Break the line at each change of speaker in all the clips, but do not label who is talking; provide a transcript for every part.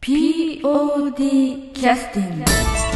POD キャスティング。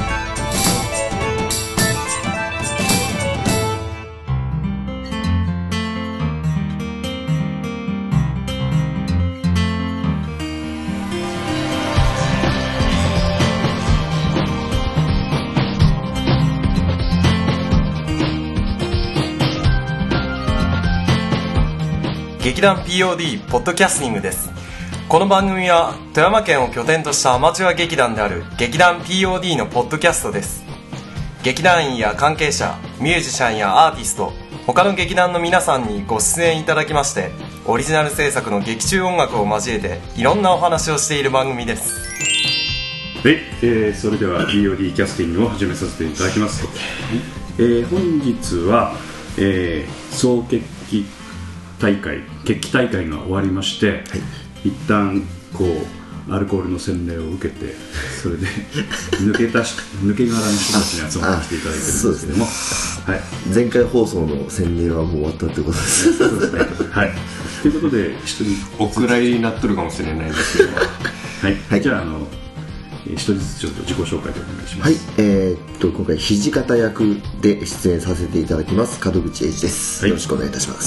劇団 POD ポッドキャスティングです。この番組は富山県を拠点としたアマチュア劇団である劇団 POD のポッドキャストです。劇団員や関係者、ミュージシャンやアーティスト、他の劇団の皆さんにご出演いただきまして、オリジナル制作の劇中音楽を交えていろんなお話をしている番組です。
はい、それでは POD キャスティングを始めさせていただきます。本日は、総決起大会が終わりまして、はい、一旦こうアルコールの洗礼を受けて、それで抜け殻の人たちに集まってきていただいてるんですけども、はい、
前回放送の洗礼はもう終わったということです。
そうですね。はい。ということで一人
お蔵入りになっとるかもしれないんですけど、
はい、はい、じゃあ一人ずつちょっと自己紹介でお願いします。
はい、今回土方役で出演させていただきます門口英二です、はい、よろしくお願いいたします。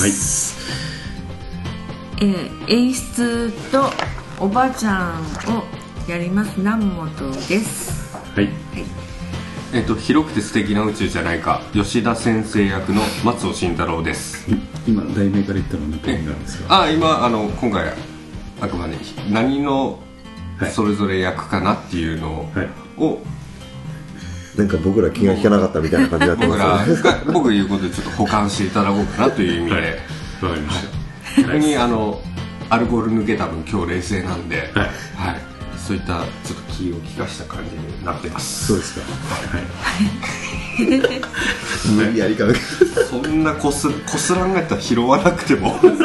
はい、演出とおばあちゃんをやります南本です。
はい、
はい、広くて素敵な宇宙じゃないか吉田先生役の松尾慎太郎です。
今題名から言ったの何か意味なんですか？
今回あくまで何のそれぞれ役かなっていうのを、
なんか僕ら気が利かなかったみたいな感じになってますね。
僕言うことでちょっと補完していただこうかなという意味で、
はい、わかりました。
逆にアルコール抜けた分今日冷静なんで、はいはい、そういったちょっと気を利かした感じになってます。
そうですか。はい
無理やりか
そんなこすらんがやったら拾わなくても
今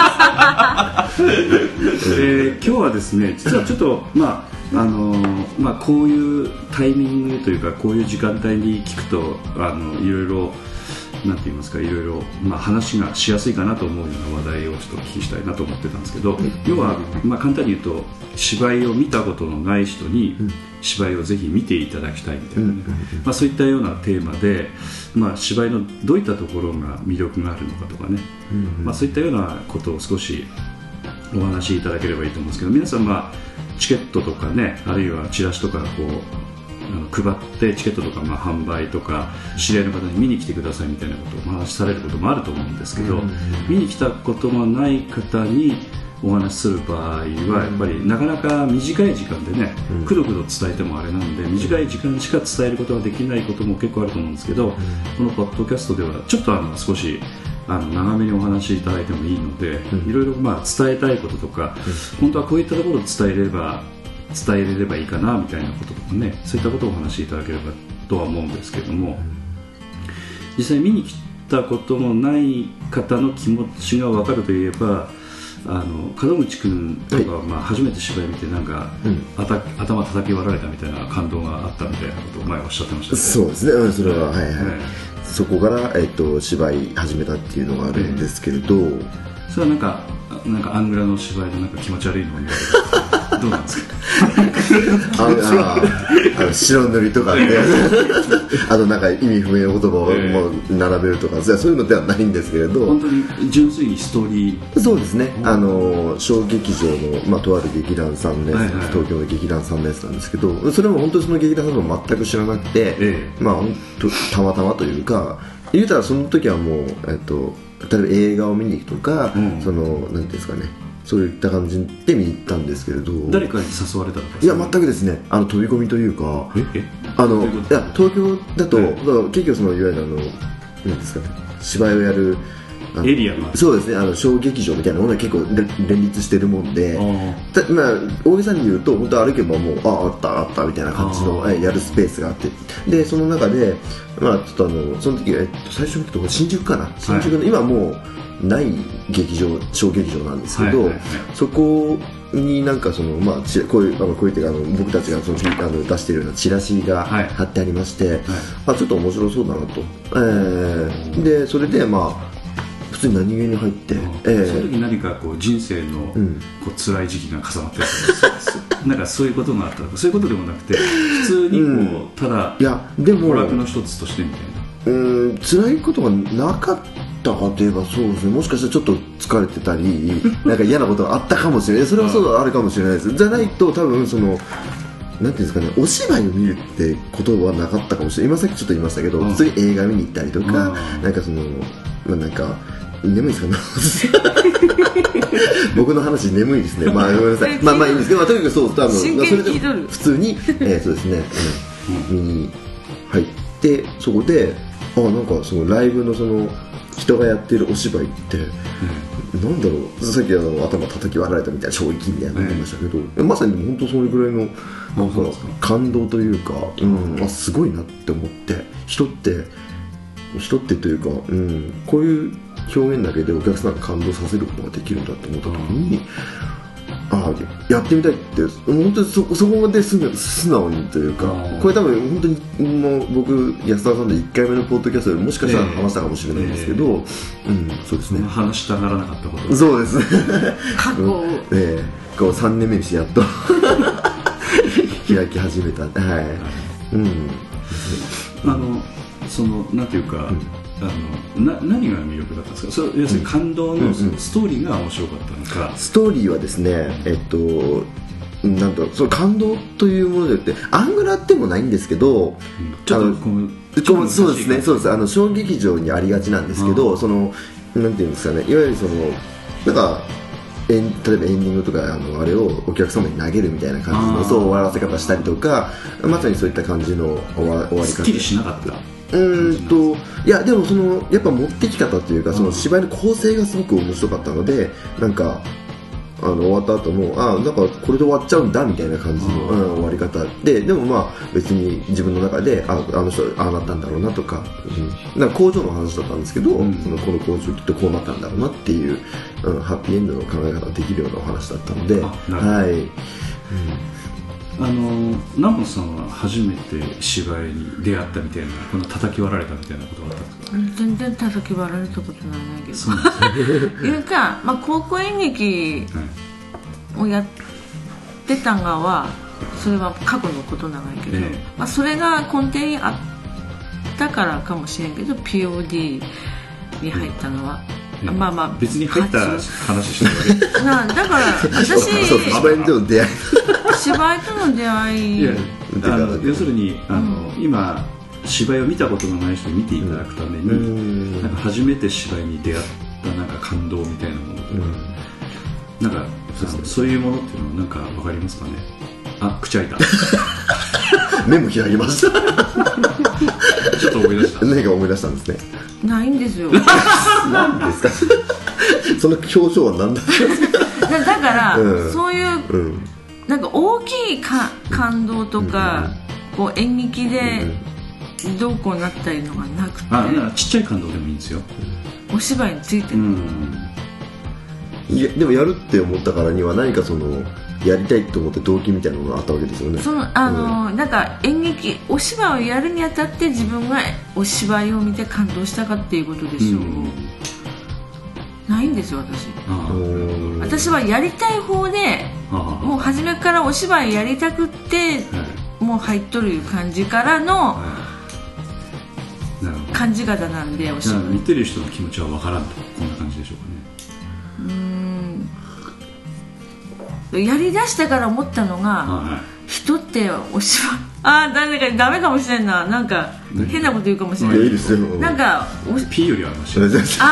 日はですね、実はちょっとこういうタイミングというかこういう時間帯に聞くといろいろなんて言いますか、いろいろ話がしやすいかなと思うような話題をちょっとお聞きしたいなと思ってたんですけど、要は簡単に言うと芝居を見たことのない人に芝居をぜひ見ていただきたいみたいな、ね、そういったようなテーマで、芝居のどういったところが魅力があるのかとかね、そういったようなことを少しお話しいただければいいと思うんですけど、皆さんチケットとかね、あるいはチラシとかこう配ってチケットとか販売とか知り合いの方に見に来てくださいみたいなことをお話しされることもあると思うんですけど、見に来たことがない方にお話しする場合はやっぱりなかなか短い時間でね、くどくど伝えてもあれなんで、短い時間しか伝えることができないことも結構あると思うんですけど、このポッドキャストではちょっと少し長めにお話しいただいてもいいので、いろいろ伝えたいこととか、本当はこういったところを伝えれればいいかなみたいなこととかね、そういったことをお話しいただければとは思うんですけども、実際見に来たこともない方の気持ちが分かるといえば、門口君とか初めて芝居見てなんか、頭叩き割られたみたいな感動があったみたいなことを前おっしゃってましたね。
そうですね、それは、そこから、芝居始めたっていうのがあるんですけれど、
それはなんかアングラの芝居でなんか気持ち悪いのを見られるどうなんですか？
白塗りとかねあとなんか意味不明な言葉をもう並べるとか、そういうのではないんですけれど、
本当に純粋にストーリー。
そうですね、小劇場の、とある劇団さんのやつ、東京の劇団さんのやつなんですけど、それも本当にその劇団さんも全く知らなくて、たまたまというか、言うたらその時はもう、例えば映画を見に行くとか、なんていうんですかね、そういった感じで見に行ったんですけれど、
誰かに誘われたのか？
いや全くですね、飛び込みというか、いや東京だと、結局いわゆるなんですかね、芝居をやる
エリアが、
そうですね、小劇場みたいなものが結構連立してるもんで、大げさに言うと本当歩けばもうあったみたいな感じのやるスペースがあって、でその中でちょっとその時、最初のところ新宿かな、新宿の、今もうない小劇場なんですけど、そこになんかこういう僕たちが出しているようなチラシが貼ってありまして、ちょっと面白そうだなと、でそれで普通に何気に入って、
その時何かこう人生のこう辛い時期が重なってるなんかそういうことがあったとか、そういうことでもなくて普通にこう、ただ娯楽の一つとしてみたいな。
辛いことがなかったかといえばそうですね。もしかしたらちょっと疲れてたりなんか嫌なことがあったかもしれない。それはそうあるかもしれないです。じゃないと多分そのなんていうんですかね、お芝居を見るってことはなかったかもしれない。今さっきちょっと言いましたけど、普通に映画見に行ったりとか、なんかそのなんか眠いですかね僕の話眠いですね。まあごめんなさい。まあいいんですけど、とにかくそうそれで普通にそうですね、見に入ってそこでなんかそのライブのその人がやってるお芝居って、なんだろう、さっき頭叩き割られたみたいな衝撃みたいなの言いましたけど、まさに本当それぐらいのなんか感動というか、すごいなって思って、人ってというか、こういう表現だけでお客さんが感動させることができるんだって思った時に、やってみたいって本当にそこまで素直にというか、これ多分本当にもう僕安田さんで1回目のポッドキャストでもしかしたら話したかもしれないんですけど、そうですね、
話したがらなかったこと、
そうですね
過去を
こう3年目にしてやっと開き始めた。
そのなんていうか、何が魅力だったんですか。要するに感動のストーリーが面白かったのか。
ストーリーはですね、なんとその感動というものであってアングラでもないんですけど、
ちょっと
そうですね、そうです。小劇場にありがちなんですけど、そのなんていうんですかね、いわゆるそのなんか例えばエンディングとかあれをお客様に投げるみたいな感じのそう終わらせ方したりとか、まさにそういった感じの終わり方。
すっきりしなかった。
いやでもそのやっぱ持ってき方というか、その芝居の構成がすごく面白かったので、なんか終わった後もなんかこれで終わっちゃうんだみたいな感じの、終わり方で、でもまあ別に自分の中であの人ああなったんだろうなとか、なんか工場の話だったんですけど、そのこの工場ってこうなったんだろうなっていう、ハッピーエンドの考え方ができるようなお話だったので、
南本さんは初めて芝居に出会ったみたいな、この叩き割られたみたいなことがあったんですか。
全然叩き割られたことないけどいうか、高校演劇をやってたがはそれは過去のことなんやけど、それが根底にあったからかもしれんけど POD に入ったのは、
別に入った話してるわけ
だから私
芝居との出会い
芝居との出会い、
要するに今芝居を見たことのない人に見ていただくために、なんか初めて芝居に出会ったなんか感動みたいなものとか、なんかそういうものっていうのはなんか分かりますかね。口開いた
目も開きました
ちょっと思い出した。
何か思い出したんですね。
ないんですよ
何ですかその表情は何だ
だから、そういう、なんか大きい感動とか、こう演劇でどうこうなったりのがなくて、
ちっちゃい感動でもいいんですよ。
お芝居についてる、
いやでもやるって思ったからには何かそのやりたいと思って動機みたいなのがあったわけですよね。
なんか演劇お芝居をやるにあたって自分がお芝居を見て感動したかっていうことでしょう、ないんですよ私はやりたい方でもう初めからお芝居やりたくってもう入っとる感じからの感じ方なんで、お芝居
見てる人の気持ちは分からんと、こんな感じでしょうかね。
やりだしてから思ったのが、人ってお芝居ダメかもしれんな、なんか変なこと言うかもしれない、なんか
P よりはマシ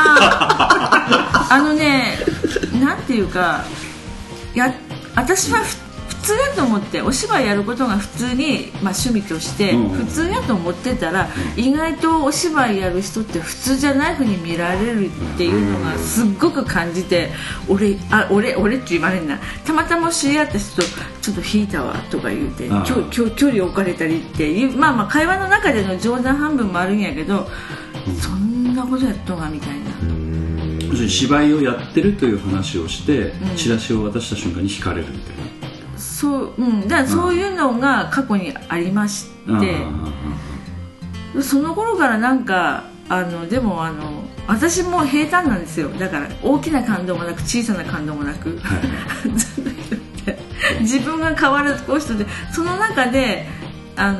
なんていうか、私は普通だと思って、お芝居やることが普通に、趣味として普通だと思ってたら、意外とお芝居やる人って普通じゃない風に見られるっていうのがすっごく感じて、俺って言われんな、たまたま知り合った人とちょっと引いたわとか言うて距離置かれたりっていう、会話の中での冗談半分もあるんやけど、そんなことやっとがみたいな。
芝居をやってるという話をして、チラシを渡した瞬間に惹かれるみたいな。
だからそういうのが過去にありまして、その頃からなんかでも私も平坦なんですよ。だから大きな感動もなく小さな感動もなく、はい、自分が変わる人で、その中であ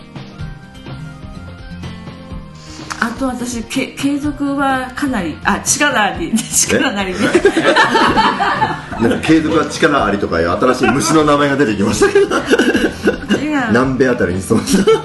と私継続はかなり力ありね
なんか継続は力ありとかいう新しい虫の名前が出てきましたけど南米あたりにそうなんていう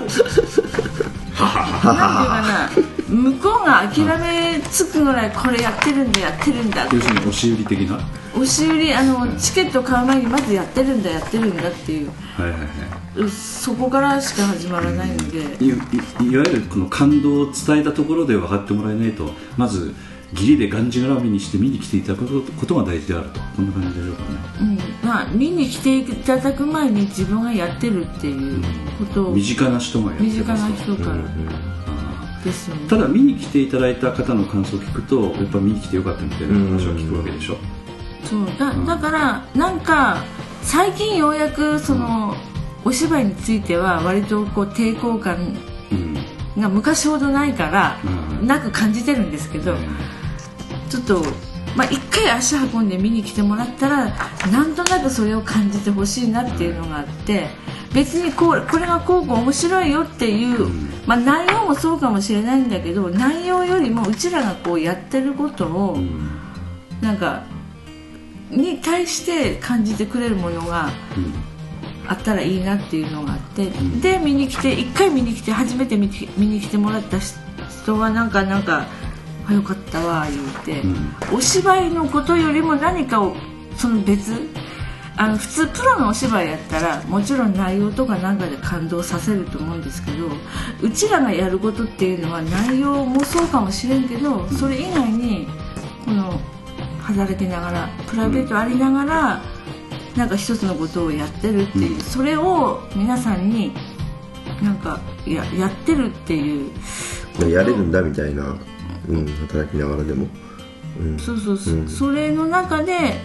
かな、向こうが諦めつくぐらいこれやってるんだ
要するに押し売り的な、
押し売りチケットを買う前にまずやってるんだっていう、はいはいはい、そこからしか始まらないので、
いわゆるこの感動を伝えたところで分かってもらえないと、まず義理でがんじがらめにして見に来ていただくことが大事であると、こんな感じでしょうかね。
見に来ていただく前に自分がやってるっていうことを、
身近な人がやってる、
身近な人からですよね。
ただ見に来ていただいた方の感想を聞くと、やっぱ見に来てよかったみたいな話を聞くわけでしょ。
そうだからなんか最近ようやくその、お芝居については割とこう抵抗感が昔ほどないから、なく感じてるんですけど、ちょっと一回足運んで見に来てもらったらなんとなくそれを感じてほしいなっていうのがあって、別にこれがこう面白いよっていう、内容もそうかもしれないんだけど、内容よりもうちらがこうやってることをなんかに対して感じてくれるものがあったらいいなっていうのがあって、で一回見に来て初めて見に来てもらった人はなんかよかったわ言うて、お芝居のことよりも何かをその別、普通プロのお芝居やったらもちろん内容とかなんかで感動させると思うんですけど、うちらがやることっていうのは内容もそうかもしれんけど、それ以外にこの働きながらプライベートありながらなんか一つのことをやってるっていう、それを皆さんになんかやってるっていう、
やれるんだみたいな、働きながらでも、
そう、それの中で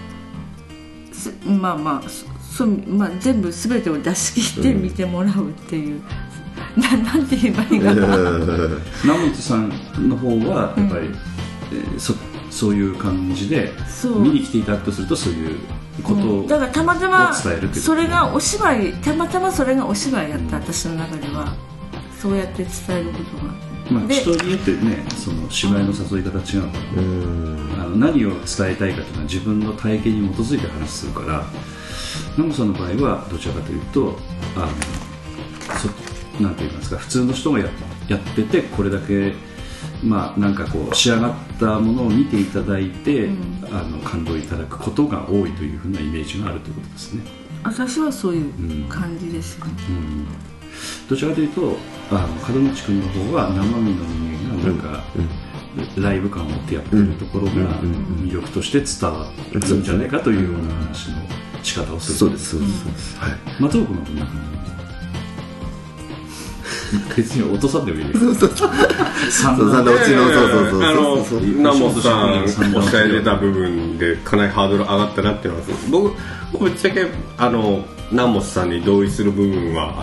全部全てを出し切って見てもらうっていう、なんて言えばいいかな。
直本さんの方はやっぱり、そういう感じで見に来ていただくとすると、そういうことを
だからたまたま
伝える
それがお芝居、たまたまそれがお芝居やった私の中ではそうやって伝えることが、
人によってね、その芝居の誘い方違うから、何を伝えたいかというのは自分の体験に基づいて話するから、ナモさんの場合はどちらかというとなんて言いますか、普通の人がやってて、これだけなんかこう仕上がったものを見ていただいて、感動いただくことが多いというふうなイメージがあるということですね。
私はそういう感じですね。
どちらかというと門口君の方は生身の人間がなんか、ライブ感を持ってやってるところが魅力として伝わるんじゃないかというような話の仕方をする。
そうです、
松尾君はどんな感じ？別に落とさんでもいいよ。
三段落ちの
南本さんおっしゃられた部分でかなりハードル上がったなっていうのは、僕ぶっちゃけ南本さんに同意する部分はあって、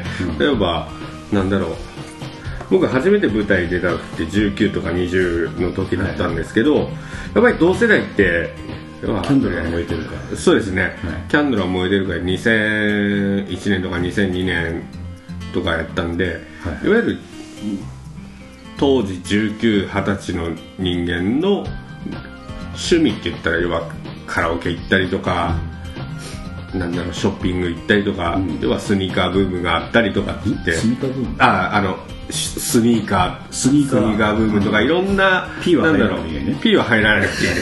例えば僕初めて舞台に出た時って19とか20の時だったんですけど、やっぱり同世代って
キャンドルが燃えてるから。
そうですね、キャンドルが燃えてるから2001年とか2002年とかやったんで、いわゆる当時19、20歳の人間の趣味って言ったら、要はカラオケ行ったりとか、ショッピング行ったりとか、要はスニーカーブームがあったりとかって言って、
スニーカーブーム、
スニーカーブームとか、いろんな
P は入らないね。
P は入らなくていいです。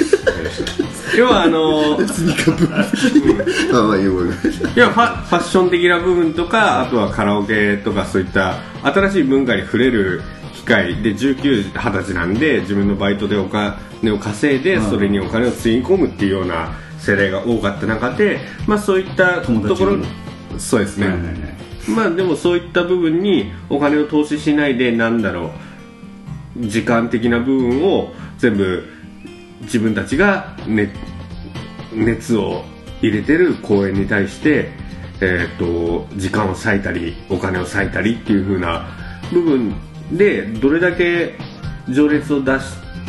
要は
スニーカーブーム
要はファッション的な部分とか、あとはカラオケとか、そういった新しい文化に触れる機会で、19、20歳なんで自分のバイトでお金を稼いで、それにお金をつぎ込むっていうような世代が多かった中で、そういったところ、そうですね、でもそういった部分にお金を投資しないで、時間的な部分を全部自分たちが、熱を入れてる公演に対して、時間を割いたりお金を割いたりっていう風な部分で、どれだけ情熱を出し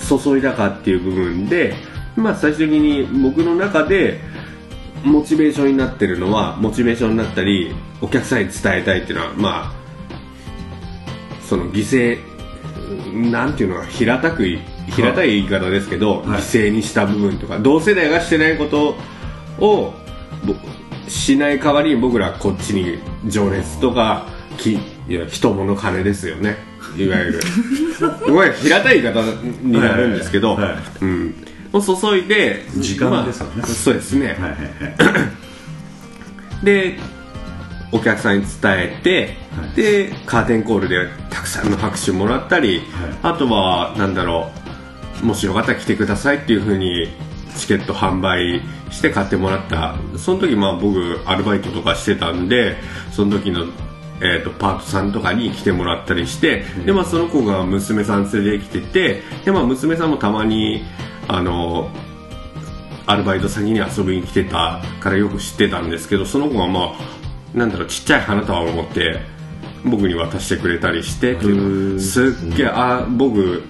注いだかっていう部分で、最終的に僕の中でモチベーションになってるのは、モチベーションになったりお客さんに伝えたいっていうのは、その犠牲なんていうのは平たい言い方ですけど、犠牲にした部分とか、同世代がしてないことをしない代わりに僕らこっちに情熱とか人物金ですよね、いわゆる平たい言い方になるんですけど、を注いで
時間ですよね、
そうですね、でお客さんに伝えて、でカーテンコールでたくさんの拍手もらったり、あとはもしよかったら来てくださいっていう風にチケット販売して買ってもらった。その時僕アルバイトとかしてたんで、その時のパートさんとかに来てもらったりして、でその子が娘さん連れてきてて、で娘さんもたまにアルバイト先に遊びに来てたからよく知ってたんですけど、その子がちっちゃい花束を持って僕に渡してくれたりしてっていう、すっげえ僕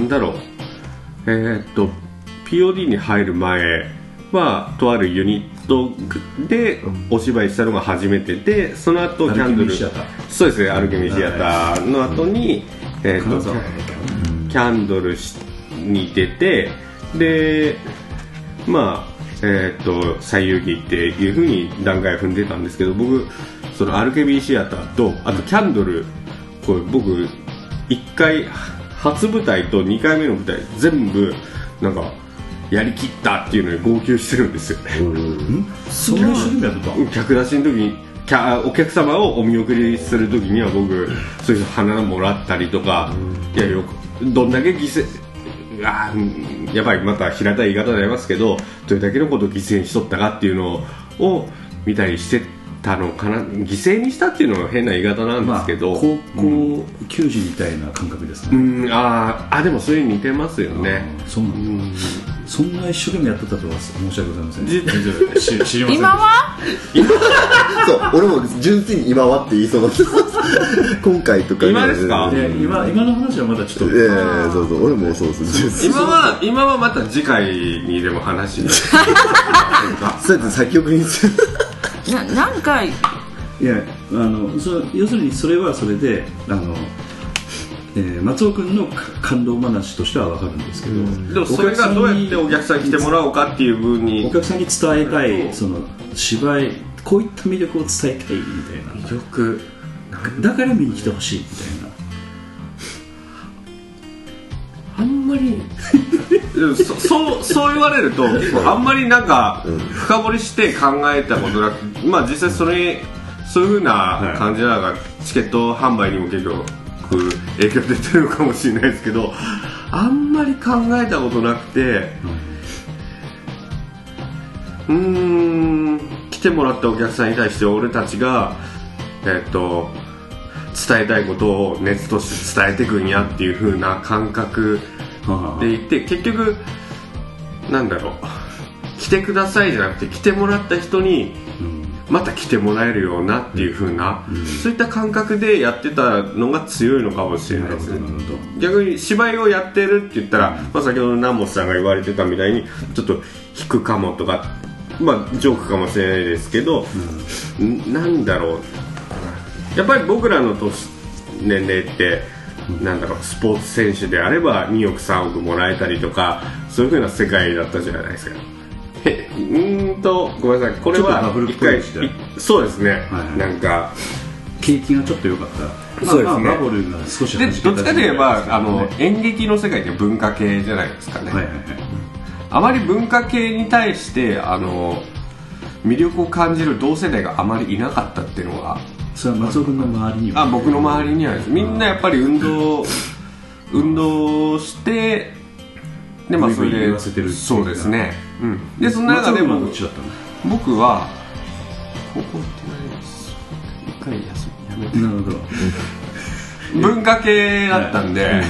POD に入る前はとあるユニットでお芝居したのが初めてで、その後キャンドル、そうですね、アルケミーシアターの後にキャンドルに出て、で最遊記っていう風に段階を踏んでたんですけど、僕そのアルケミーシアターとあとキャンドル、これ僕1回初舞台と2回目の舞台全部やりきったっていうのに号泣してるんですよね。
そんな一生懸命やってた？
客出しの時にお客様をお見送りする時には僕そういう花もらったりとか、どんだけ犠牲やっぱりまた平たい言い方になりますけど、どれだけのことを犠牲にしとったかっていうのを見たりしてたのかな。犠牲にしたっていうのは変な言い方なんですけど、
高校球児みたいな感覚ですね。
でもそれに似てますよね。
そうなんだ。そんな一生懸命やってたとは申し訳ございません。知りません。
今は
そう、俺も純粋に今はって言いそうなんです今回とか
今ですか？
今の話はまだちょっと
そうそう、俺もそうです。
今はまた次回にでも話
そうやって先送りにする
何回
いや要するにそれはそれで松尾君の感動話としては分かるんですけど、
でもそれがどうやってお客さんに来てもらおうかっていう部分に
お客さんに伝えたい、その芝居こういった魅力を伝えたいみたいな、
魅力
だから見に来てほしいみたいな。
あんまりそう言われると結構あんまり深掘りして考えたことなく、実際そういう風な感じなのがチケット販売にも結構影響出てるのかもしれないですけど、あんまり考えたことなくて、来てもらったお客さんに対して俺たちが伝えたいことを熱として伝えていくんやっていう風な感覚でいて、結局来てくださいじゃなくて来てもらった人にまた来てもらえるようなっていう風な、そういった感覚でやってたのが強いのかもしれないですね。逆に芝居をやってるって言ったら、先ほど南本さんが言われてたみたいにちょっと引くかもとか、ジョークかもしれないですけど、やっぱり僕らの年齢ってスポーツ選手であれば2億3億もらえたりとか、そういう風な世界だったじゃないですか。ごめんなさい、これは一回そうですね、
景気がちょっと良かった。そうですね。バブルが少し
でどっちかといえば演劇の世界って文化系じゃないですかね。あまり文化系に対して魅力を感じる同世代があまりいなかったっていうのが、
それは松尾君の周りには、
僕の周りにはです。みんなやっぱり運動してでそれで
言わせてるっていうか、
そうですね。でその中でも僕は高校行ってないです。一回やめて。
なるほど。
文化系だったんで、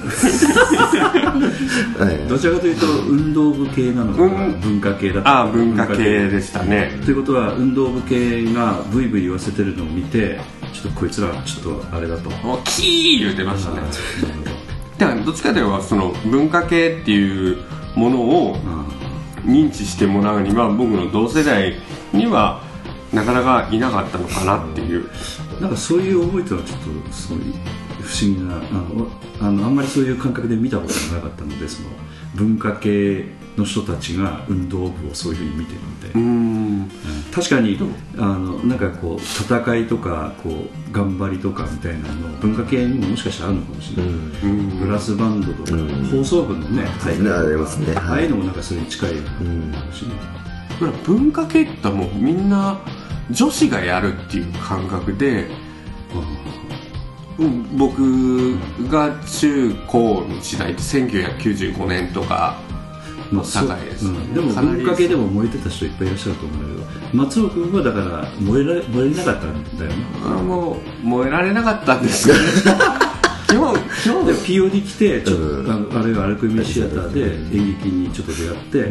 どちらかというと運動部系なのか文化系だった。
文化系でしたね。
ということは運動部系がブイブイ言わせてるのを見て、ちょっとこいつらちょっとあれだと
キー言ってましたね。 だからどっちかというとその文化系っていうものを認知してもらうには僕の同世代にはなかなかいなかったのかなっていう、
なんかそういう思いとはちょっとそういう不思議なあんまりそういう感覚で見たことがなかったので、その文化系の人たちが運動部をそういうふうに見てるので、確かになんかこう戦いとかこう頑張りとかみたいなの文化系にももしかしたらあるのかもしれない、ブラスバンドとか放送部のね、
ありますね、
ああいうのもなんかそれに近いかもしれない。
だから文化系ってもうみんな女子がやるっていう感覚で、僕が中高の時代って1995年とかの境です、
でも文化系でも燃えてた人いっぱいいらっしゃると思うんだけど、松尾君はだから燃えなかったんだよね。
もう燃えられなかったんですけど基本
で POD 来てちょっと、あるいはアルクミシアターで演劇にちょっと出会って、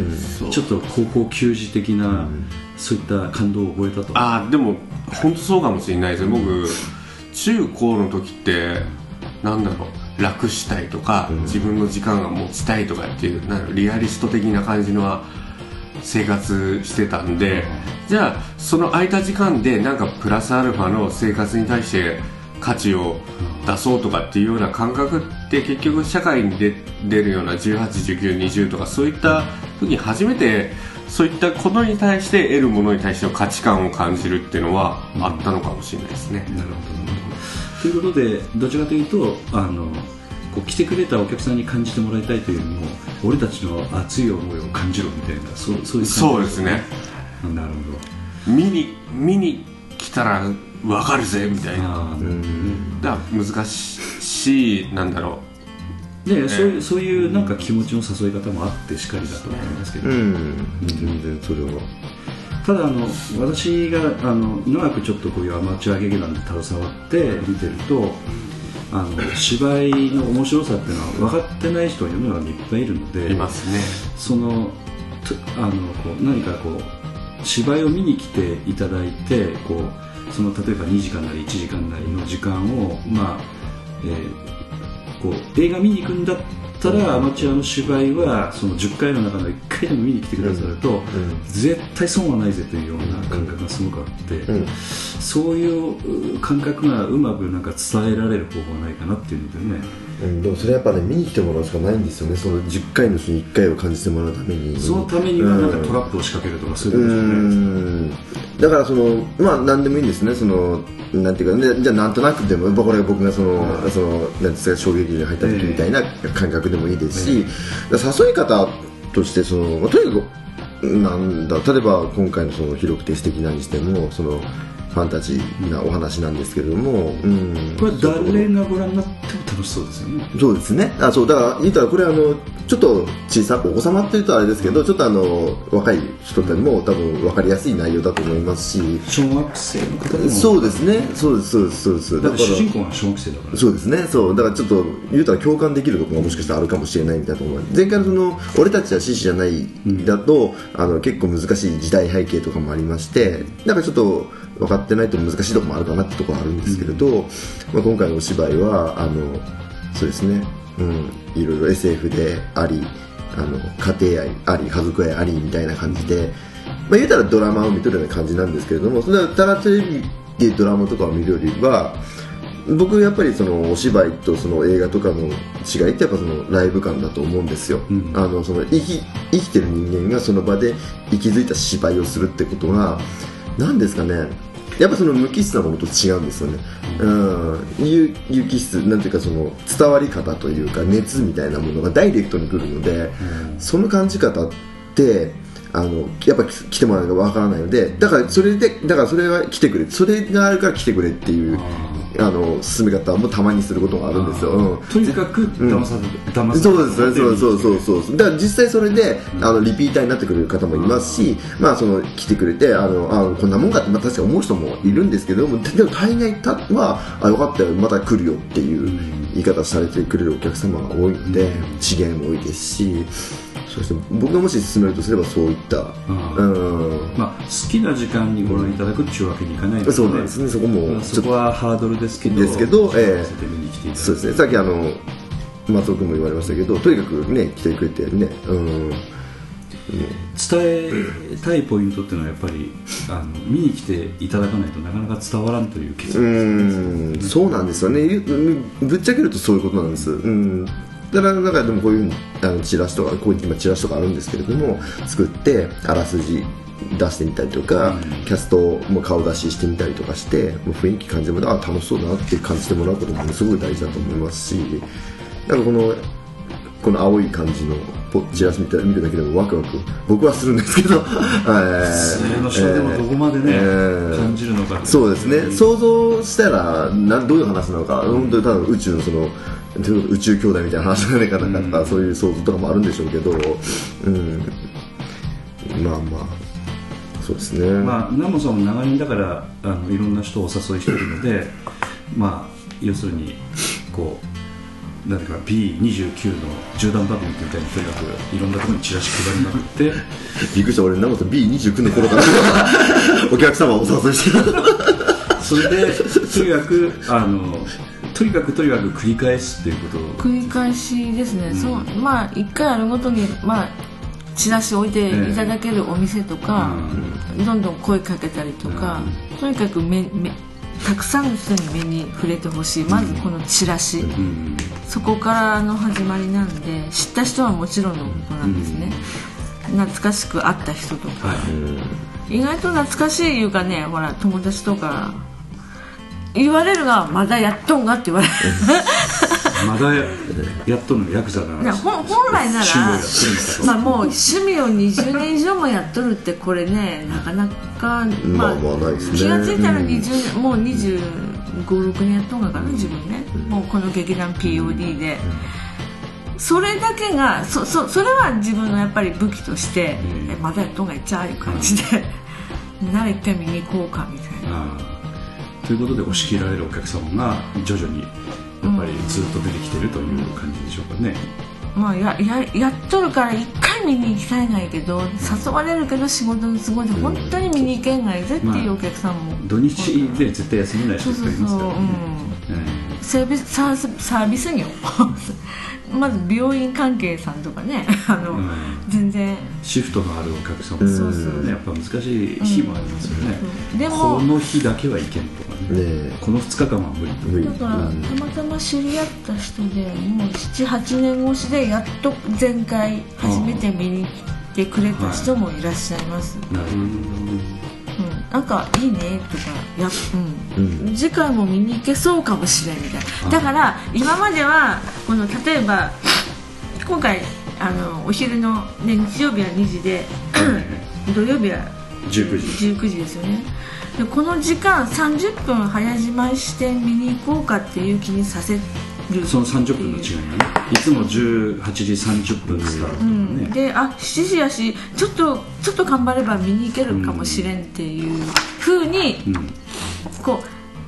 ちょっと高校球児的な、そういった感動を覚えたと。
でも本当そうかもしれないです。僕中高の時ってなんだろう、楽したいとか、自分の時間が持ちたいとかっていうリアリスト的な感じの生活してたんで、じゃあその空いた時間でなんかプラスアルファの生活に対して価値を出そうとかっていうような感覚って結局社会に出るような18、19、20とかそういった時に初めてそういったことに対して得るものに対しての価値観を感じるっていうのはあったのかもしれないですね。
なるほど。ということでどちらかというとこう来てくれたお客さんに感じてもらいたいというよりも俺たちの熱い思いを感じろみたいなそういう感じ。
そうですね。
なるほど。
見に来たら分かるぜみたいな。だから難しいなんだろう
ね、そういうなんか気持ちの誘い方もあってしかりだと思いますけど、
全然それは。
ただ私が長くちょっとこういうアマチュア劇団で携わって見てると芝居の面白さっていうのは分かってない人が世の中にいっぱいいるので、
いますね。
こう何かこう芝居を見に来ていただいてこう例えば2時間なり1時間なりの時間をこう映画見に行くんだったらアマチュアの芝居はその10回の中の1回でも見に来てくださると、絶対損はないぜというような感覚がすごくあって、そういう感覚がうまくなんか伝えられる方法はないかなっていうのでね、
でもそれやっぱね見に来てもらうしかないんですよね。その10回のうちに1回を感じてもらうために、
そのためにはなんかトラップを仕掛けるとかそういうことじゃないですか。
だから何でもいいんですね。なんていうか、じゃあなんとなくでもこれが僕がなんですか衝撃に入った時みたいな感覚でもいいですし、誘い方としてとにかく例えば今回の広くて素敵なにしてもファンタジーなお話なんですけれども、
これ誰がご覧になっても楽しそうですよね。
そうですね。そうだから言ったらこれちょっと小さくお子様っていうとあれですけど、ちょっと若い人でも多分分かりやすい内容だと思いますし、
小学生の方でも
そうですね。そうです
だから主人公は小学生だから。
そうですね。だからちょっと言うたら共感できるところがもしかしたらあるかもしれないみたいなと思います。前回の俺たちは獅子じゃないだと、結構難しい時代背景とかもありまして、なんかちょっと分かってないと難しいところもあるかなってところはあるんですけれど、今回のお芝居はそうですね、いろいろ SF であり家庭愛あり家族愛ありみたいな感じで、言うたらドラマを見とるような感じなんですけれども、それはただテレビでドラマとかを見るよりは僕やっぱりお芝居と映画とかの違いってやっぱライブ感だと思うんですよ。生きてる人間がその場で息づいた芝居をするってことは何ですかね、やっぱ無機質なものと違うんですよね。有機質なんていうか伝わり方というか熱みたいなものがダイレクトに来るので、その感じ方ってやっぱ来てもらうのがわからないので、だからそれは来てくれ、それがあるから来てくれっていう進め方もたまにすることがあるんですよ。
とにかく騙され
そうですそうだから実際それでリピーターになってくれる方もいますし、来てくれてこんなもんかって確かに思う人もいるんですけども、でも大概はよかったよまた来るよっていう言い方されてくれるお客様が多いので、資源も多いですし、そして僕がもし勧めるとすればそういった
好きな時間にご覧いただくっていうわけにいかないので、
そうなんですね。そこはハードルですけど、
そうですね。
さっき松尾君も言われましたけど、とにかくね来てくれてね、
伝えたいポイントっていうのはやっぱり見に来ていただかないとなかなか伝わらんという結論ですね。
そうなんですよね。ぶっちゃけるとそういうことなんです。だからなんかでもこういうチラシとかこういう今チラシとかあるんですけれども、作ってあらすじ出してみたりとか、キャストも顔出ししてみたりとかして、もう雰囲気感じてもらう、楽しそうだなって感じてもらうこともすごい大事だと思いますし、なんかこの青い感じのチラシ見るだけでもワクワク僕はするんですけど、
それの人でもどこまでね、感じるのか。
そうですね。想像したらどういう話なのか、本当にただ宇宙の宇宙兄弟みたいな話じゃないかなかった、そういう想像とかもあるんでしょうけど、まあそうですね。
ナモさんも長年だからいろんな人をお誘いしているので、要するにこうなんか B29 の銃弾爆撃みたいにとにかくいろんなところにチラシ配りまくって
びっくりした。俺ナモさん B29 の頃からお客様をお誘いして
それでとにかく繰り返すっていうことを
繰り返しですね。1回あるごとにチラシ置いていただけるお店とか、どんどん声かけたりとか、とにかくたくさんの人に目に触れてほしい。まずこのチラシ、そこからの始まりなんで、知った人はもちろんのことなんですね。懐かしく会った人とか、意外と懐かしいいうかね、ほら友達とか言われるが、まだやっとんがって言われる
まだやっとんのヤクザな
本来ならもう趣味を20年以上もやっとるってこれね、なかなか
ないですね。
気がついたらもう25、6年やっとんがかな、自分ね、もうこの劇団 POD で、それだけがそれは自分のやっぱり武器として、まだやっとんがいっちゃういう感じで、なら一回見に行こうかみたいな。
ということで押し切られるお客様が徐々にやっぱりずっと出てきてるという感じでしょうかね。
やっとるから一回見に行きたいがいけど、誘われるけど仕事の都合で本当に見に行けんがいぜっていうお客さんも、
土日で絶対休めない人がいますからね。
サービス業まず病院関係さんとかね、全然
シフトのあるお客様ね、やっぱ難しい日もありますよね。でもこの日だけは行けんとかね、この2日間は無理
だから、たまたま知り合った人でもう 7,8 年越しでやっと前回初めて見に来てくれた人もいらっしゃいます。なるほど。なんかいいねとか次回も見に行けそうかもしれんみたいな。だから今までは例えば今回お昼の、ね、日曜日は2時で土曜日は19時ですよね。でこの時間30分早じまいして見に行こうかっていう気にさせる。
その30分の違いがね、いつも18時30分スタートとかね、
で7時やしちょっと頑張れば見に行けるかもしれんっていう風に、こ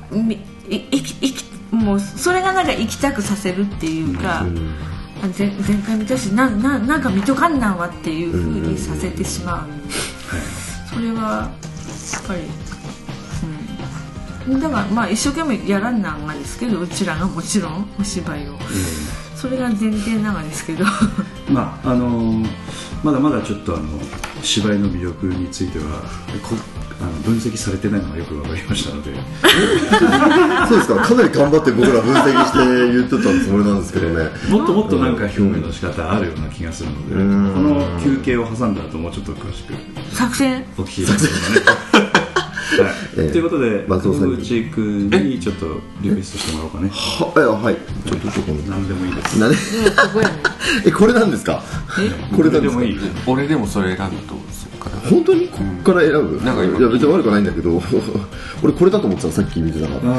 うもうそれがなんか行きたくさせるっていうか、前回見たしなんか見とかんなんわっていう風にさせてしまう、それはやっぱりだから一生懸命やらんなんがですけど、うちらがもちろんお芝居を、それが前提ながですけど
まだまだちょっと芝居の魅力については分析されてないのがよく分かりましたので
そうですか。かなり頑張って僕ら分析して言ってたつもりなんですけどね。
もっとなんか表現の仕方あるような気がするので、この休憩を挟んだ後もうちょっと詳しく
作戦
お聞きしたいとねということで久保口君にちょっとリクエストしてもらおうかね。
はい、ちょっと
何でもいいです。
これなんですか。これでもいい。
俺でもそれ選ぶと
本当にここから選ぶ。なんかいや別に悪くないんだけど俺これだと思ってた。さっき見てたから。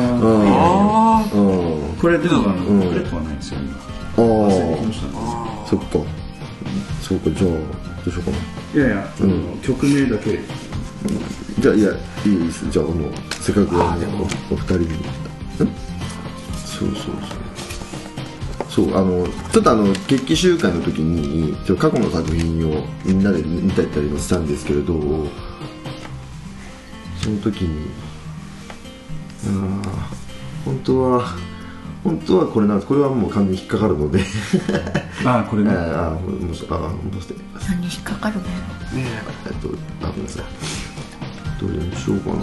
これでもこれとはないんですよ今。
そっかじゃあどうしようかな。
いや曲名だけ。
じゃあいいです。じゃあせっかくお二人にそうちょっと決起集会の時に過去の作品をみんなで見たりもしたんですけれど、その時に本当は本当はこれなんです。これはもう完全に引っかかるので
これね
もし
何引っかかるの
ごめんなさい、どれにしようかな。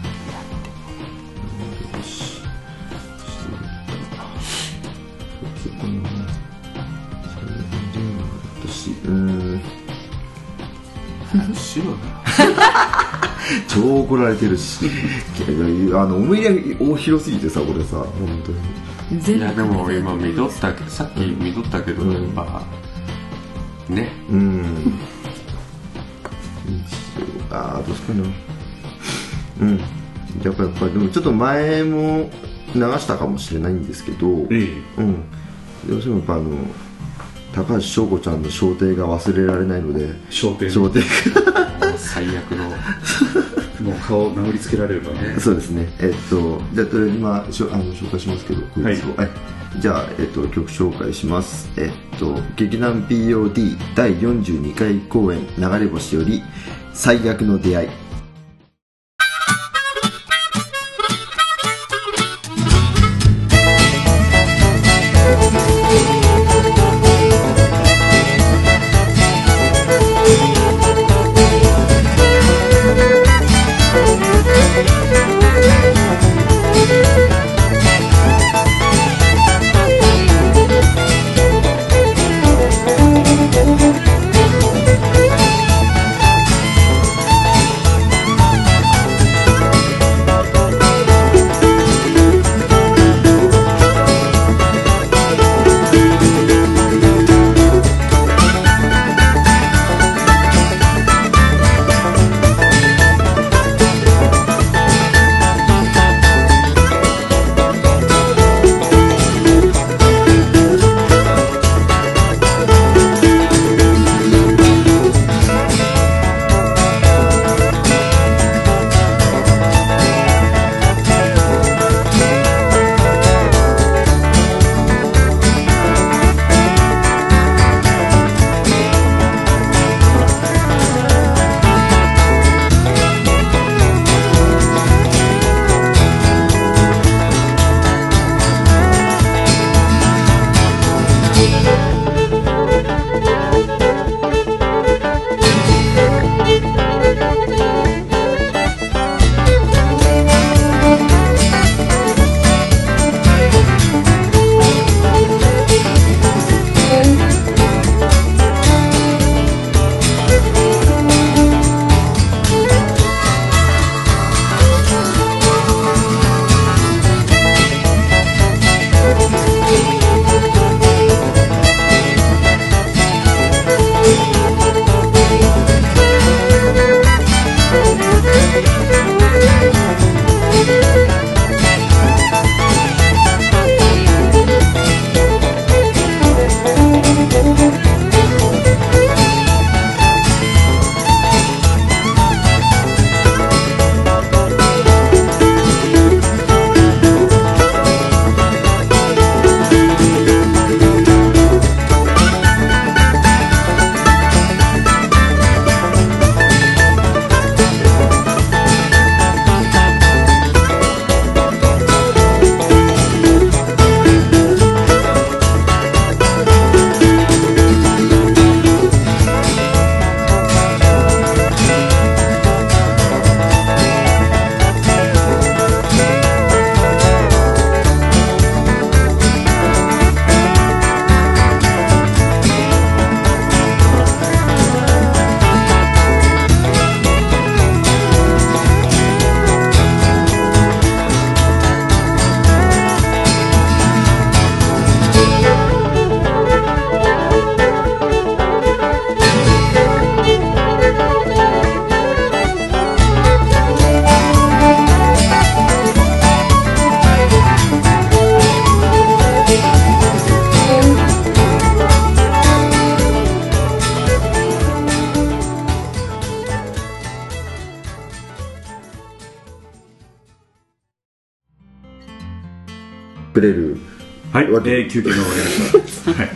白だ
超怒られてるし思い入れ大広すぎてさ、俺さ、本当に。
いやでも今さっき見とったけど、やっぱね、
どうすかな。やっぱりでもちょっと前も流したかもしれないんですけど、どうしてもやっぱ高橋翔子ちゃんの小艇が忘れられないので、
小艇
最悪の
もう顔を殴りつけられるからね。
そうですね。じゃあとりあえず今紹介しますけど、じゃあ曲紹介します。劇団 POD 第42回公演流れ星より最悪の出会い。くれる
わけ、休憩が終わりましたはい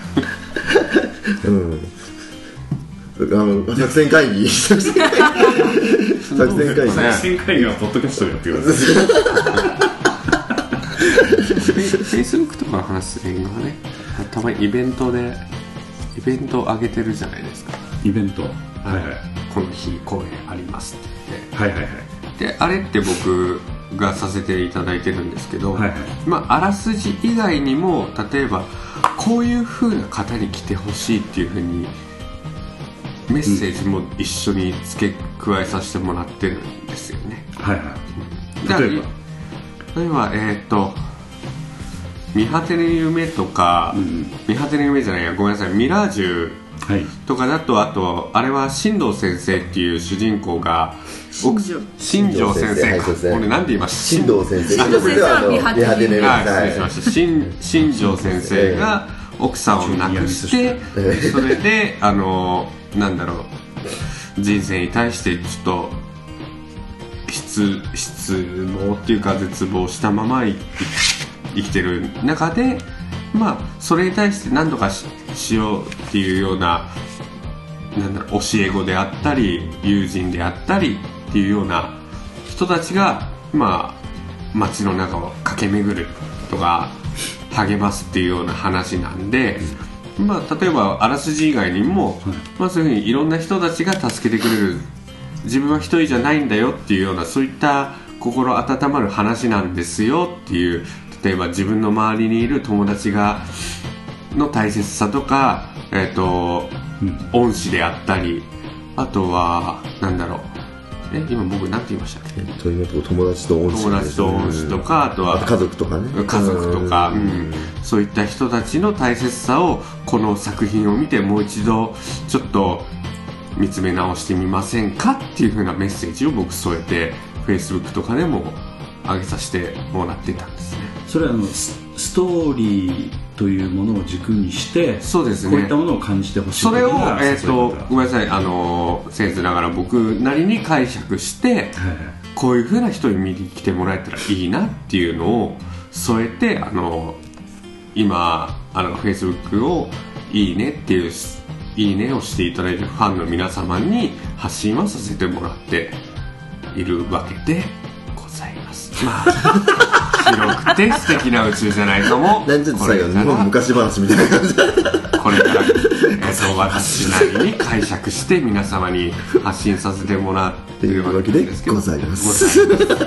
作戦会議作戦会議
はポッドキャストでやってください
フェイス Facebook とかの話する今はね、たまにイベントを上げてるじゃないですか。
イベント、はいはい、
この日公演ありますって言って、
はいはいはい、
であれって僕がさせていただいてるんですけど、
はいはい、
あらすじ以外にも例えばこういう風な方に来てほしいっていう風にメッセージも一緒に付け加えさせてもらってるんですよね。
はいはい。例
えば見果てぬ夢とか、見果てぬ夢じゃないや、ごめんなさい、ミラージュとかだと、あとあれは新藤先生っていう主人公が新庄先生か、俺なんて言いました？
新藤先生は見果てぬ夢、
失礼しました。新庄先生が奥さんを亡くして、それでなんだろう、人生に対してちょっと失望っていうか絶望したまま生きてる中で、それに対して何とか しようっていうような、教え子であったり友人であったりっていうような人たちが街の中を駆け巡るとか励ますっていうような話なんで、例えばあらすじ以外にも、そういうふうにいろんな人たちが助けてくれる、自分は一人じゃないんだよっていうような、そういった心温まる話なんですよっていう、例えば自分の周りにいる友達の大切さとか、恩師であったり、あとは今僕なんて言いましたっけ？
友達と恩師
とか、あとは
家族とかね、
そういった人たちの大切さをこの作品を見てもう一度ちょっと見つめ直してみませんかっていう風なメッセージを僕添えて Facebook とかでも上げさせてもらってたんですね。
それはストーリーというものを軸にして、
そうですね、
こういったものを感じてほしい。
それを、ごめんなさい、僭越ながら僕なりに解釈して、はい、こういう風な人に見に来てもらえたらいいなっていうのを添えて、今Facebook をいいねっていういいねをしていただいているファンの皆様に発信はさせてもらっているわけでございます。広くて素敵な宇宙じゃないかも。
なんちょっと最後の昔話みたいな感じ
これから私なりに解釈して皆様に発信させてもらっているわけですけど
ございます。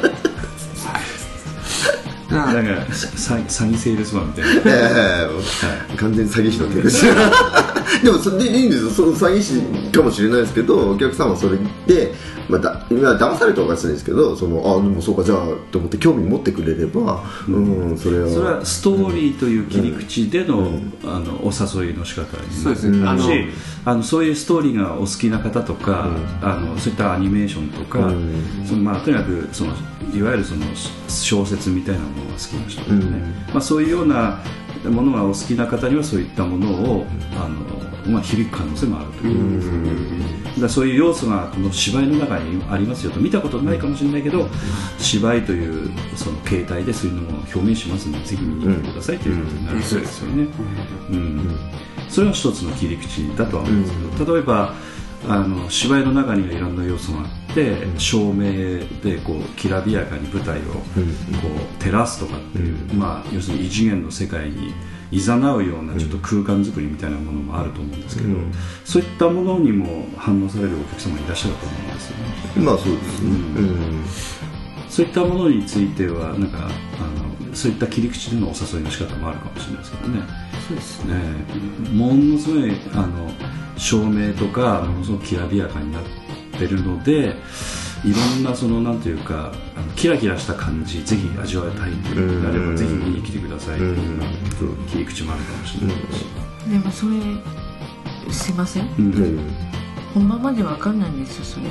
なんか詐欺セールスマンみたいな、
完全に詐欺師の手ですでもそれでいいんですよ。その詐欺師かもしれないですけど、お客さんはそれで騙されたおかしいんですけど、でもそうかじゃあと思って興味持ってくれれば、それは
ストーリーという切り口での、お誘いの仕方になるし、そういうストーリーがお好きな方とか、そういったアニメーションとか、とにかくいわゆる小説みたいなものが好きな人ですね、そういうようなものがお好きな方にはそういったものを響く可能性もあるということですね。だからそういう要素がこの芝居の中にありますよと、見たことないかもしれないけど、芝居というその形態でそういうのを表現しますのでぜひ見に来てくださいということになるわけですよね。それは一つの切り口だとは思うんですけど、例えば芝居の中にはいろんな要素があって、照明できらびやかに舞台を照らすとかっていう、要するに異次元の世界に誘うようなちょっと空間作りみたいなものもあると思うんですけど、そういったものにも反応されるお客様がいらっしゃると思うんですよね。
そうですね。
そういったものについてはそういった切り口でのお誘いの仕方もあるかもしれないですけどね。そうですね。ものすごい照明とかものすごくきらびやかになってるので、いろんななんていうかキラキラした感じぜひ味わいたいというのであればぜひ見に来てくださいという切り口もあるかもしれないし、
でもそれすいません、本番まで分かんないんですよそれ。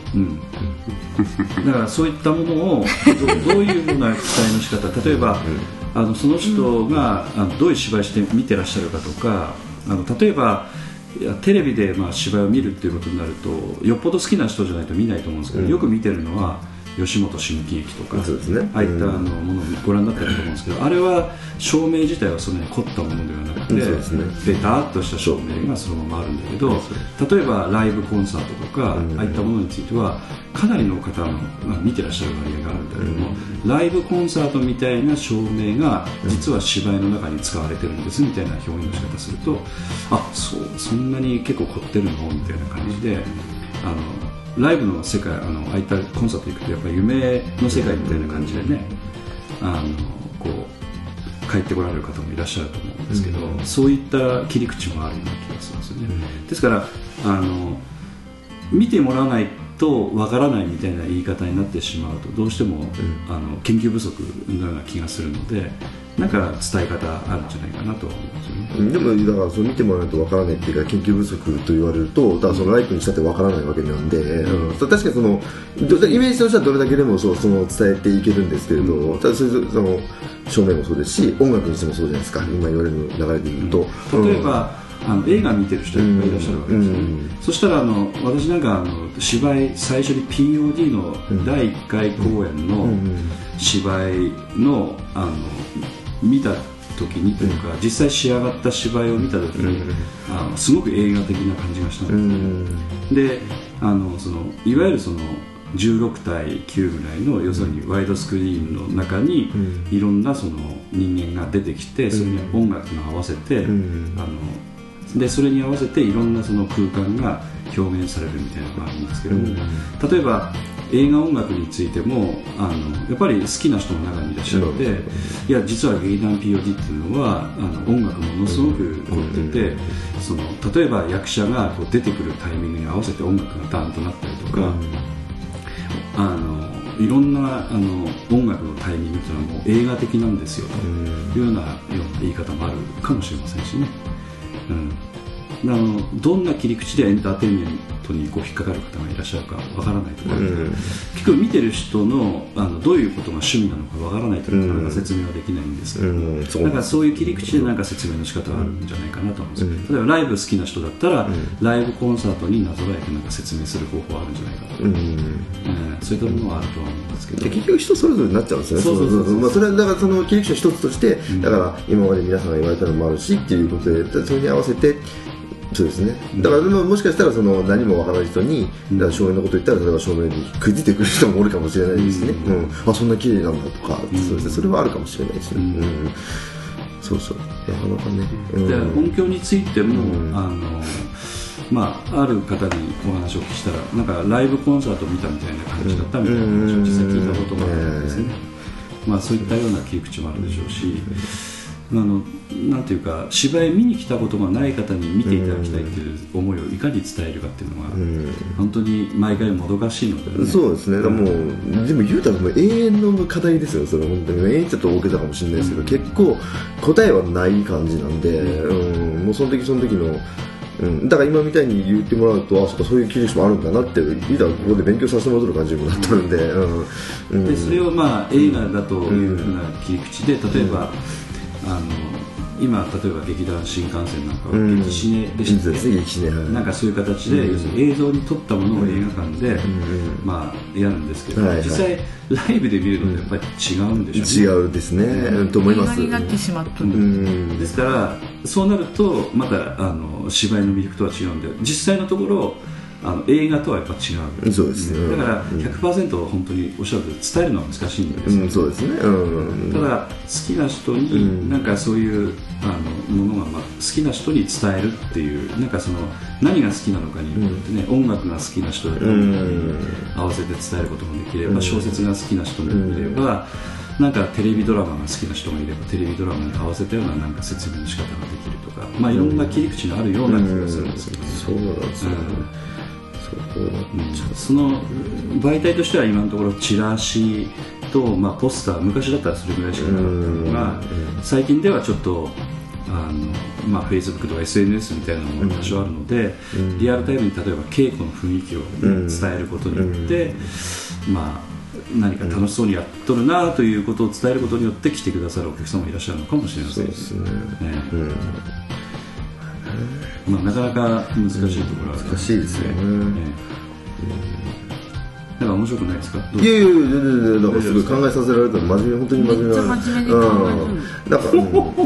だからそういったものをどういうふうな期待の仕方、例えばその人がどういう芝居して見てらっしゃるかとか、例えばテレビで芝居を見るっていうことになるとよっぽど好きな人じゃないと見ないと思うんですけど、よく見てるのは吉本新喜劇とか、
そうですね、
ああいったものをご覧になってると思うんですけど、あれは照明自体はそんなに凝ったものではなくて、
そうですね、
ベターっとした照明がそのままあるんだけど、例えばライブコンサートとか、ああいったものについてはかなりの方の、見てらっしゃる割合があるんだけども、ライブコンサートみたいな照明が実は芝居の中に使われてるんですみたいな表現の仕方すると、そんなに結構凝ってるのみたいな感じで、ライブの世界、ああいったコンサート行くとやっぱり夢の世界みたいな感じでね、こう帰ってこられる方もいらっしゃると思うんですけど、そういった切り口もあるような気がするんですよね。ですから見てもらわないとわからないみたいな言い方になってしまうと、どうしても、研究不足のような気がするので、なんか伝え方あるんじゃないかなと思うんですよね。
でもだからそう見てもらわないとわからないっていうか、研究不足と言われると、だからそのライクにしたってわからないわけなんで、確かにそのイメージとしてはどれだけでもその伝えていけるんですけれど、ただその照明もそうですし、音楽にしてもそうじゃないですか、今言われる流れで言うと、
例えば映画見てる人いっぱいいらっしゃるわけですよね。そしたら私なんか芝居、最初に POD の第1回公演の芝居の見た時にというか、実際仕上がった芝居を見た時にすごく映画的な感じがしたんですね。でいわゆるその16対9ぐらいの、要するにワイドスクリーンの中にいろんなその人間が出てきて、それに音楽が合わせて、でそれに合わせていろんなその空間が表現されるみたいなのがあるんですけども、例えば映画音楽についてもやっぱり好きな人の中にいらっしゃるので、いや実は劇団 POD っていうのは音楽ものすごく凝ってて、例えば役者がこう出てくるタイミングに合わせて音楽がダーンとなったりとか、いろんな音楽のタイミングというのはもう映画的なんですよというような言い方もあるかもしれませんしね。どんな切り口でエンターテインメントにこう引っかかる方がいらっしゃるかわからないとか、結構見てる人のどういうことが趣味なのかわからないとなかなか説明はできないんですけど、だからそういう切り口でなんか説明の仕方があるんじゃないかなと思うんです。例えばライブ好きな人だったら、ライブコンサートになぞらえてなんか説明する方法あるんじゃないかと、そういったものはあるとは思うんですけど、
結局人それぞれになっちゃうんですよね。それはだからその切り口の一つとして、だから今まで皆さんが言われたのもあるしっていうことで、それに合わせてそうですね。だからもしかしたら何もわからない人に照明のことを言ったら、例えば照明に食いついてくる人もおるかもしれないですね。そんな綺麗なんだとか、そうですね。それはあるかもしれないですね。そうそう。なかなかね。
で音響についてもある方にお話を聞きしたら、なんかライブコンサートを見たみたいな感じだったみたいな話を実際聞いたこともあるんですね。そういったような切り口もあるでしょうし。なんていうか、芝居見に来たことがない方に見ていただきたいという思いをいかに伝えるかっていうのが、本当に毎回もどかしいので、ね、
そうですね。でも言うたらもう永遠の課題ですよ。それ本当に永遠ちょっと大げさかもしれないですけど、結構答えはない感じなんで、もうその時その時のだから今みたいに言ってもらうと、そういう切り口もあるんだなって、いざここで勉強させてもらう感じにもなってるんで、
でそれを映画だというふうな切り口で、例えば今例えば劇団新幹線なんかは劇シネでしたね、なんかそういう形で、要するに映像に撮ったものを映画館でやるんですけど、実際ライブで見るのとやっぱり違うんでしょうね。
違うですね、と思います。
映画になってしまった。
ですからそうなるとまた芝居の魅力とは違うんで、実際のところ映画とはやっぱ違う。そうですね。だから 100% 本当におっしゃると伝えるのは難しいんですよ。
そうですね。
ただ好きな人になんかそういうものが好きな人に伝えるっていう、なんか何が好きなのかによってね、音楽が好きな人で合わせて伝えることもできれば、小説が好きな人もいれば、なんかテレビドラマが好きな人がいればテレビドラマに合わせたようななんか説明の仕方ができるとか、いろんな切り口があるような気がするんですけど、
そうなんですよね。
その媒体としては今のところチラシと、ポスター、昔だったらそれぐらいしかなかったのが、最近ではちょっとFacebook とか SNS みたいなのも多少あるので、リアルタイムに例えば稽古の雰囲気を伝えることによって、何か楽しそうにやっとるなということを伝えることによって来てくださるお客様もいらっしゃるのかもしれません。そうですね。なかなか難しいところは
難しいですよね。
だから面白くないですか？
いやいや全然なんかすごい考えさせられたの、真面目、本当に真面目な。
めっちゃ真面目に考えてる。
なんか、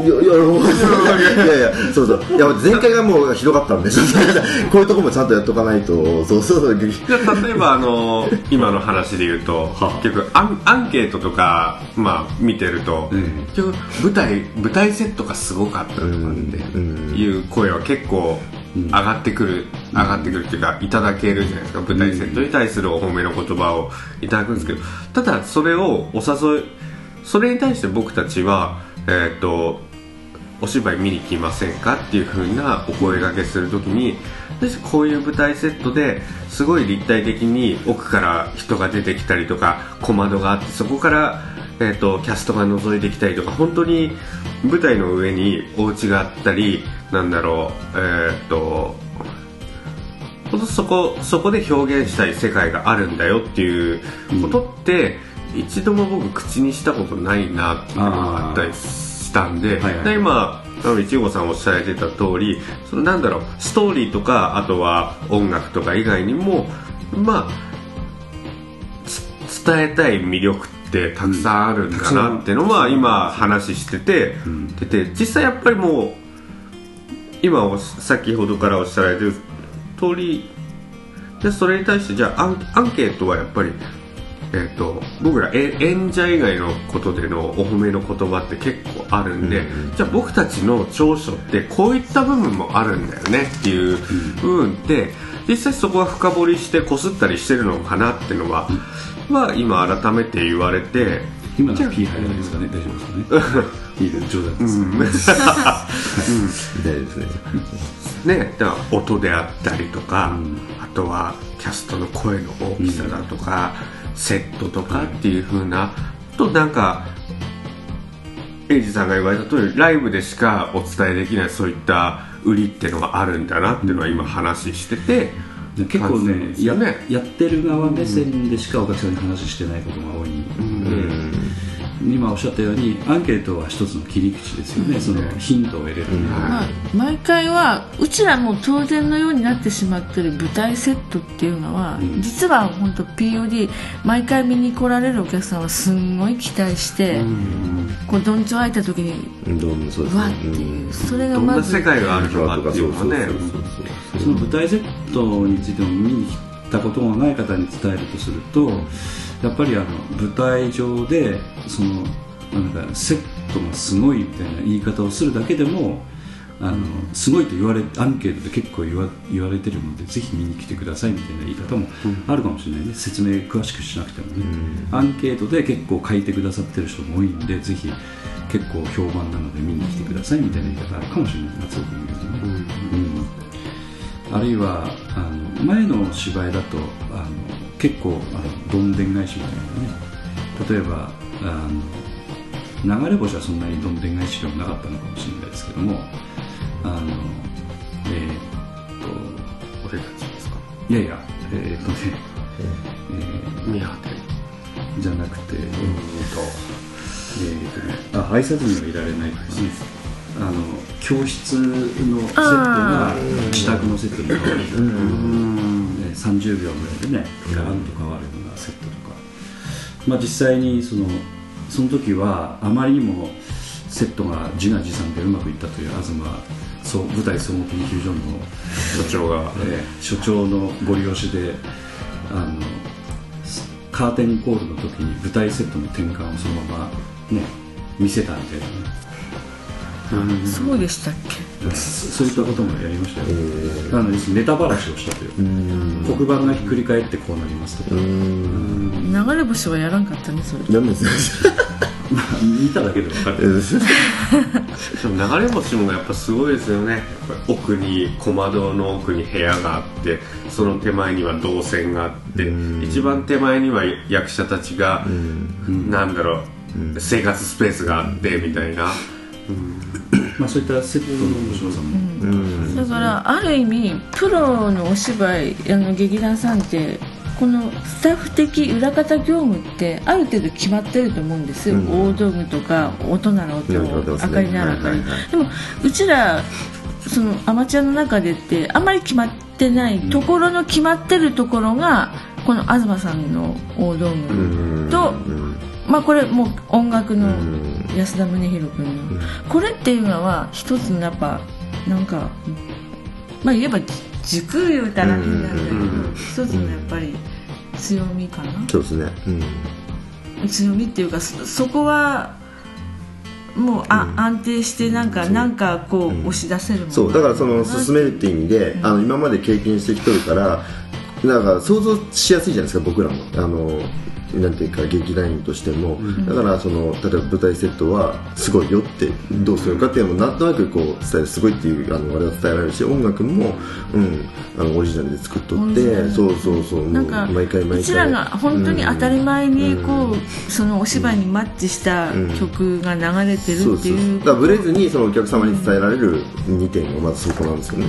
いやそうそう、いや前回がもうひどかったんでこういうとこもちゃんとやっとかないと。そう例
えば今の話で言うと結局アンケートとか、まあ、見てると、結局舞台セットがすごかったとかっていう声は結構上がってくるっていうかいただけるじゃないですか。舞台セットに対するお褒めの言葉をいただくんですけど、ただそれをそれに対して僕たちはお芝居見に来ませんかっていう風なお声掛けするときに、こういう舞台セットですごい立体的に奥から人が出てきたりとか小窓があって、そこからキャストが覗いてきたりとか、本当に舞台の上にお家があったり、なんだろう、そこで表現したい世界があるんだよっていうことって、一度も僕口にしたことないなっていうのがあったりしたんで、で今一号さんおっしゃられてた通り、なんだろう、ストーリーとかあとは音楽とか以外にも、まあ伝えたい魅力ってたくさんあるんだなっていうのは今話してて、実際やっぱりもう今先ほどからおっしゃられてる通りで、それに対してじゃあアンケートはやっぱり僕ら演者以外のことでのお褒めの言葉って結構あるんで、じゃあ僕たちの長所ってこういった部分もあるんだよねっていう部分って実際そこは深掘りしてこすったりしてるのかなっていうのは、今改めて言われて、
今の P 入らないですかね？大丈夫ですかね？いいです、冗談です。
大丈夫です
ね。だから音であったりとか、あとはキャストの声の大きさだとか、セットとかっていう風なと、なんかエイジさんが言われた通りライブでしかお伝えできないそういった売りっていうのがあるんだなっていうのは今話してて、
結構ねやってる側目線でしかお客さんに話してないことが多いので、今おっしゃったようにアンケートは一つの切り口ですよね。そのヒントを得れる、
毎回はうちらも当然のようになってしまってる舞台セットっていうのは、実は本当 POD 毎回見に来られるお客さんはすんごい期待して、こうどんちょ開いた時にわっていう、それがまず
どんな世界があるのかっていうのね。
その舞台セットについても見に来たことがない方に伝えるとすると、やっぱり舞台上でなんかセットがすごいみたいな言い方をするだけでもすごいとアンケートで結構言われてるので、ぜひ見に来てくださいみたいな言い方もあるかもしれないね。説明詳しくしなくてもね、アンケートで結構書いてくださってる人も多いんで、ぜひ結構評判なので見に来てくださいみたいな言い方あるかもしれない。夏尾君言うよね。あるいは前の芝居だと結構どんでん返しみたいなね、例えば流れ星はそんなにどんでん返しでもなかったのかもしれないですけども、
俺たちですか？
いやいや
見張って
じゃなくて愛さずにはいられないとかね、教室のセットが自宅のセットに変わる、30秒ぐらいでねガランと変わるようなセットとか、実際にその時はあまりにもセットが自画自賛でうまくいったという東舞台総合研究所の所長のご利用しでカーテンコールの時に舞台セットの転換をそのままね見せたみたいなね。
そうでしたっけ？
そういったこともやりましたよ。ネタばらしをしたという、黒板がひっくり返ってこうなりますとか。
流れ星はやらんかったね、それ。
なんです
見ただけで分かる。
でも流れ星もやっぱすごいですよね。やっぱ奥に小窓の奥に部屋があって、その手前には動線があって、一番手前には役者たちが、なんだろう、生活スペースがあってみたいな。
そういったセットの面白さも、
だからある意味プロのお芝居劇団さんってこのスタッフ的裏方業務ってある程度決まってると思うんですよ、大道具とか音なら音、明かりなら明かり、でもうちらそのアマチュアの中でってあんまり決まってないところの決まってるところがこの東さんの大道具と、これもう音楽の安田宗弘君の、これっていうのは一つのやっぱなんか言えば軸言うたら変なんだけど、一つのやっぱり強みかな。
そうですね、
強みっていうか、そこはもう安定してなんかこう押し出せるもの、
そうだからその進めるっていう意味で、今まで経験してきとるからなんか想像しやすいじゃないですか、僕らもなんていうか劇団員としても、だから例えば舞台セットはすごいよってどうするかっていうのもなんとなくこう伝える、すごいっていうあれは伝えられるし、音楽も、オリジナルで作っとって、そう
なんか
毎回
うちらが本当に当たり前にこう、そのお芝居にマッチした曲が流れてるっていう、
だからブレずにそのお客様に伝えられる2点がまずそこなんですよね。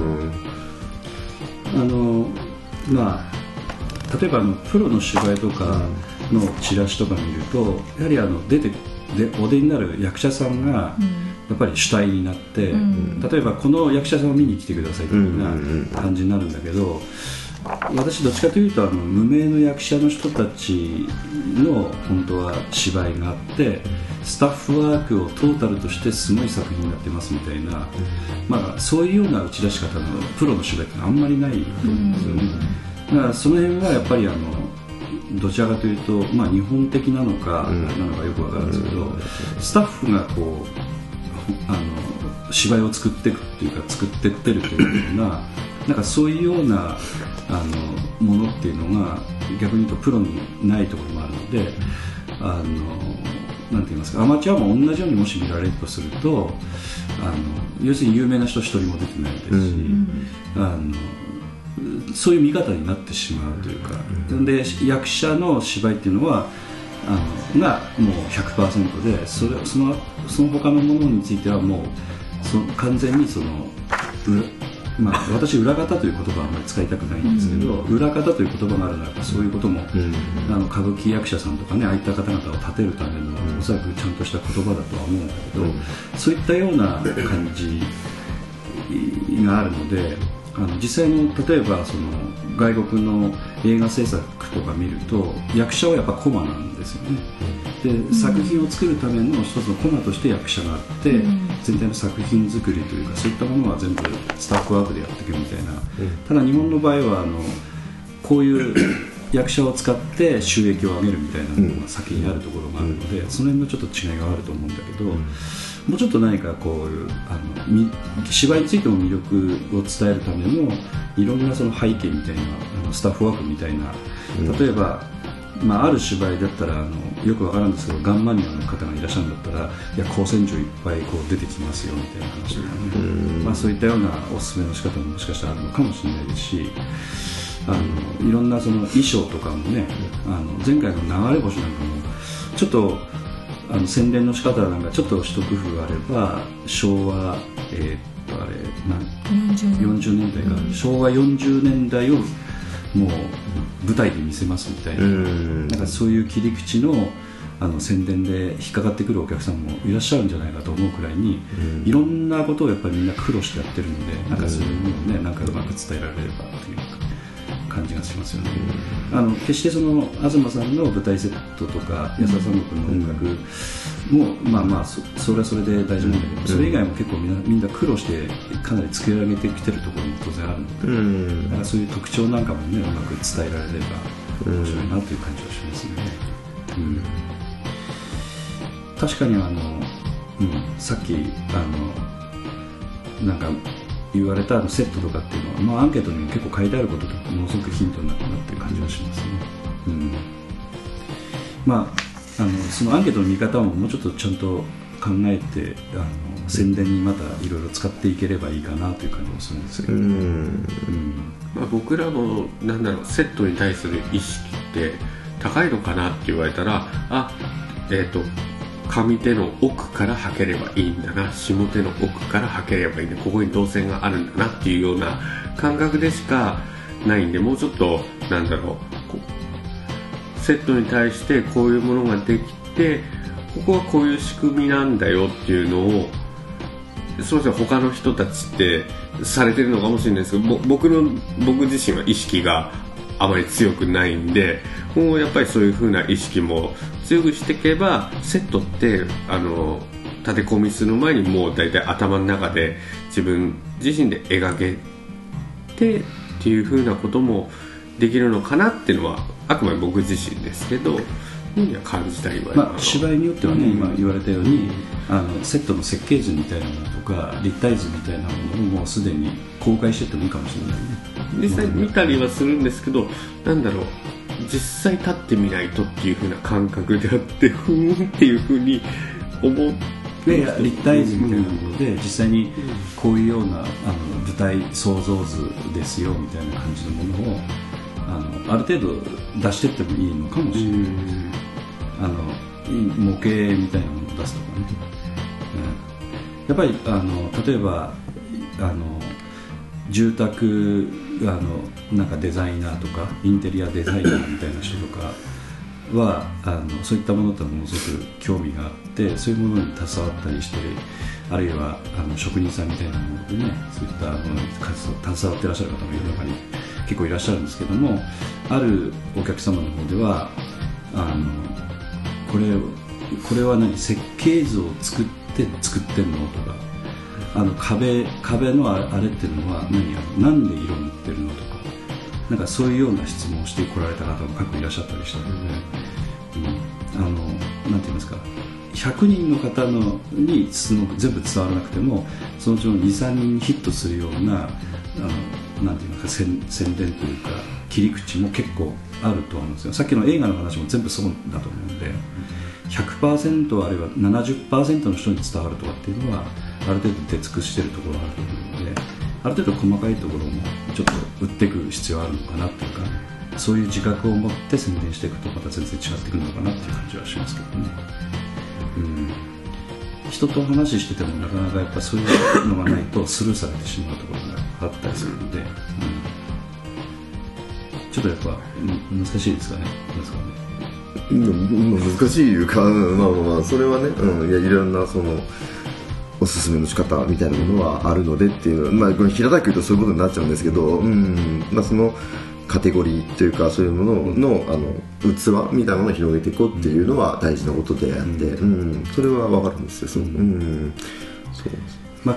例えばプロの芝居とかのチラシとか見ると、やはりお出になる役者さんがやっぱり主体になって、例えばこの役者さんを見に来てくださいというような感じになるんだけど、私どっちかというと無名の役者の人たちの本当は芝居があって、スタッフワークをトータルとしてすごい作品になってますみたいな、そういうような打ち出し方のプロの芝居ってあんまりないと思うんですよね。だからその辺はやっぱりどちらかというと、日本的なのかなのかよくわからんですけど、スタッフがこう芝居を作っていくっていうか作ってってるというような、なんかそういうようなものっていうのが逆に言うとプロにないところもあるので、なんて言いますか、アマチュアも同じようにもし見られるとすると、要するに有名な人一人も出てないですし、そういう見方になってしまうというか、で役者の芝居っていうのはがもう 100% で、その他のものについてはもう完全に私裏方という言葉はあまり使いたくないんですけど、裏方という言葉があるのはやっぱそういうことも、歌舞伎役者さんとかね、ああいった方々を立てるためのおそらくちゃんとした言葉だとは思うんだけど、そういったような感じがあるので、実際の例えば外国の映画制作とか見ると、役者はやっぱコマなんですよね。で作品を作るための一つのコマとして役者があって、全体の作品作りというか、そういったものは全部スタッフワークでやっていくみたいな、ただ日本の場合はこういう役者を使って収益を上げるみたいなのが先にあるところがあるので、その辺のちょっと違いがあると思うんだけど、もうちょっと何かこういう芝居についても魅力を伝えるためのいろんなその背景みたいなスタッフワークみたいな、例えば、ある芝居だったらよくわからんですけど、ガンマニアの方がいらっしゃるんだったら、いや光線銃いっぱいこう出てきますよみたいな話とかね、そういったようなおすすめの仕方ももしかしたらあるのかもしれないですし、いろんなその衣装とかもね、前回の流れ星なんかもちょっと宣伝の仕方なんかちょっと一工夫あれば、昭和40年代か、昭和40年代をもう舞台で見せますみたいな、なんかそういう切り口の宣伝で引っかかってくるお客さんもいらっしゃるんじゃないかと思うくらいに、いろんなことをやっぱりみんな苦労してやってるので、なんかそういうのをね、なんかうまく伝えられればという感じがしますよね。決してその東さんの舞台セットとか安田三国の音楽もそれはそれで大丈夫なんだけど、それ以外も結構みんな苦労してかなり作り上げてきてるところも当然あるので、だからそういう特徴なんかもね、うまく伝えられれば面白いなという感じはしますね。確かにさっきなんか言われたセットとかっていうのは、アンケートにも結構書いてあることとものすごくヒントになったなっていう感じがしますね。そのアンケートの見方ももうちょっとちゃんと考えて宣伝にまたいろいろ使っていければいいかなという感じもするんですけど、
僕らのセットに対する意識って高いのかなって言われたら、上手の奥から履ければいいんだな、下手の奥から履ければいいんだ、ここに動線があるんだなっていうような感覚でしかないんで、もうちょっとセットに対してこういうものができて、ここはこういう仕組みなんだよっていうのを、そうですね、他の人たちってされてるのかもしれないですけど、僕自身は意識があまり強くないんで、もうやっぱりそういう風な意識も強くしていけば、セットって立て込みする前にもう大体頭の中で自分自身で描けてっていう風なこともできるのかなっていうのはあくまで僕自身ですけど、には感じたりは、
芝居によってはね、今言われたようにセットの設計図みたいなものとか立体図みたいなものをもうすでに公開しててもいいかもしれないね。
実際見たりはするんですけど、なんだろう、実際立ってみないとっていう風な感覚であって、ふーんっていう風に思って
立体図みたいなもので、実際にこういうような舞台創造図ですよみたいな感じのものをある程度出していってもいいのかもしれない。模型みたいなものを出すとかね、やっぱり例えば住宅なんかデザイナーとかインテリアデザイナーみたいな人とかはそういったものとはものすごく興味があって、そういうものに携わったりして、あるいは職人さんみたいなものでね、そういったものに携わっていらっしゃる方も世の中に結構いらっしゃるんですけども、あるお客様の方ではこれは何、設計図を作ってんのとか、壁のあれっていうのはなんで色塗ってるのとか、なんかそういうような質問をしてこられた方も各いらっしゃったりしたので、なんて言いますか、100人の方に全部伝わらなくても、そのうちの 2,3 人にヒットするようななんて言いますか、宣伝というか切り口も結構あると思うんですよ。さっきの映画の話も全部そうだと思うので、100% あるいは 70% の人に伝わるとかっていうのはある程度出尽くしているところがあると思うので、ある程度細かいところもちょっと売っていく必要があるのかなっていうか、そういう自覚を持って宣伝していくとまた全然違ってくるのかなっていう感じはしますけどね。人と話しててもなかなかやっぱそういうのがないとスルーされてしまうところがあったりするので、ちょっとやっぱ難しいですかね。
難しいいうか、それはね、いろんなおすすめの仕方みたいなものはあるのでっていう、これ平たく言うとそういうことになっちゃうんですけど、そのカテゴリーというかそういうものの、器みたいなものを広げていこうっていうのは大事なことであって、それは分かるんですよ。そうです。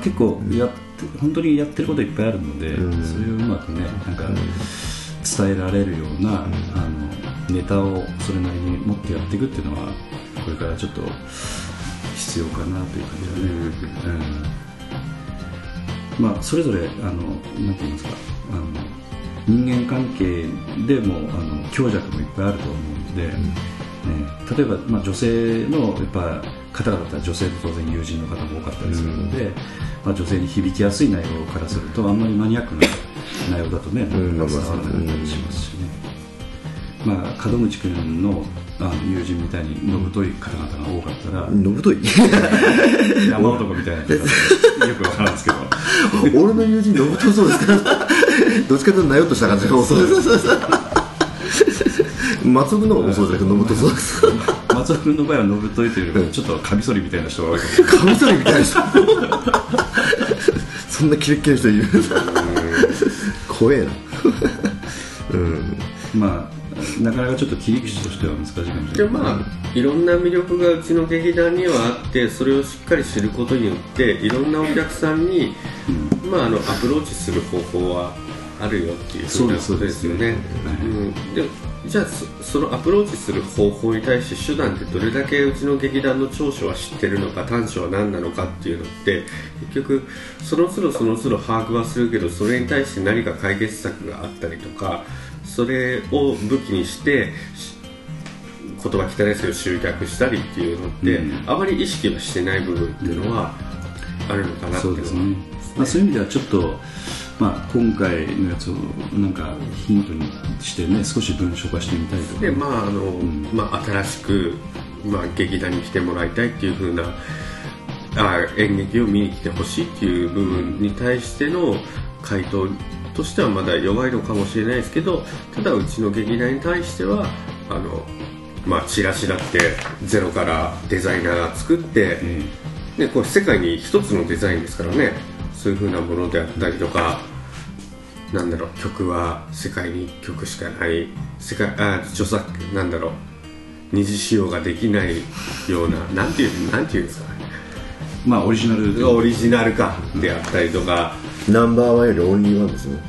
結構本当にやってることいっぱいあるので、それをうまくね、なんか伝えられるようなネタをそれなりに持ってやっていくっていうのはこれからちょっと必要かなという感じだね。それぞれなんて言いますか、人間関係でも強弱もいっぱいあると思うので、例えば、女性のやっぱ方々は女性と当然友人の方も多かったりするので、女性に響きやすい内容からするとあんまりマニアックな内容だとね、伝わらなかったりしますしね。門口君の友人みたいにのぶとい方々が多かったら、
のぶとい
山男みたいな方よくわからんですけど
俺の友人のぶとそうですからどっちかというとなよっとした感じの松尾君の方がそうですけど、のぶとそうです。
松尾君の場合はのぶといというよりちょっとカミソリみたいな人が多いかもしれない。
カミソリみたいな人そんなキレッキレな人いる怖えな。
なかなかちょっと切り口としては難しいかもしれない。
いろんな魅力がうちの劇団にはあって、それをしっかり知ることによっていろんなお客さんに、アプローチする方法はあるよっていうふうなことですよね。でじゃあそのアプローチする方法に対して手段ってどれだけうちの劇団の長所は知ってるのか、短所は何なのかっていうのって結局その都度把握はするけど、それに対して何か解決策があったりとか、それを武器にして言葉汚いですけど集客したりっていうのって、あまり意識はしてない部分っていうのはあるのかなっていうのは、
そうですね。そういう意味ではちょっと今回のやつをなんかヒントにしてね、少し文章化してみたいとか、
で新しく、劇団に来てもらいたいっていう風な演劇を見に来てほしいっていう部分に対しての回答としてはまだ弱いのかもしれないですけど、ただうちの劇団に対してはチラシだってゼロからデザイナーが作って、これ世界に一つのデザインですからね。そういう風なものであったりとか、 なんだろう、曲は世界に1曲しかない著作なんだろう、二次使用ができないようななんていうんですかね、
まあオリジナル
化であったりとか、
ナンバーワンよりオンリーワンですね。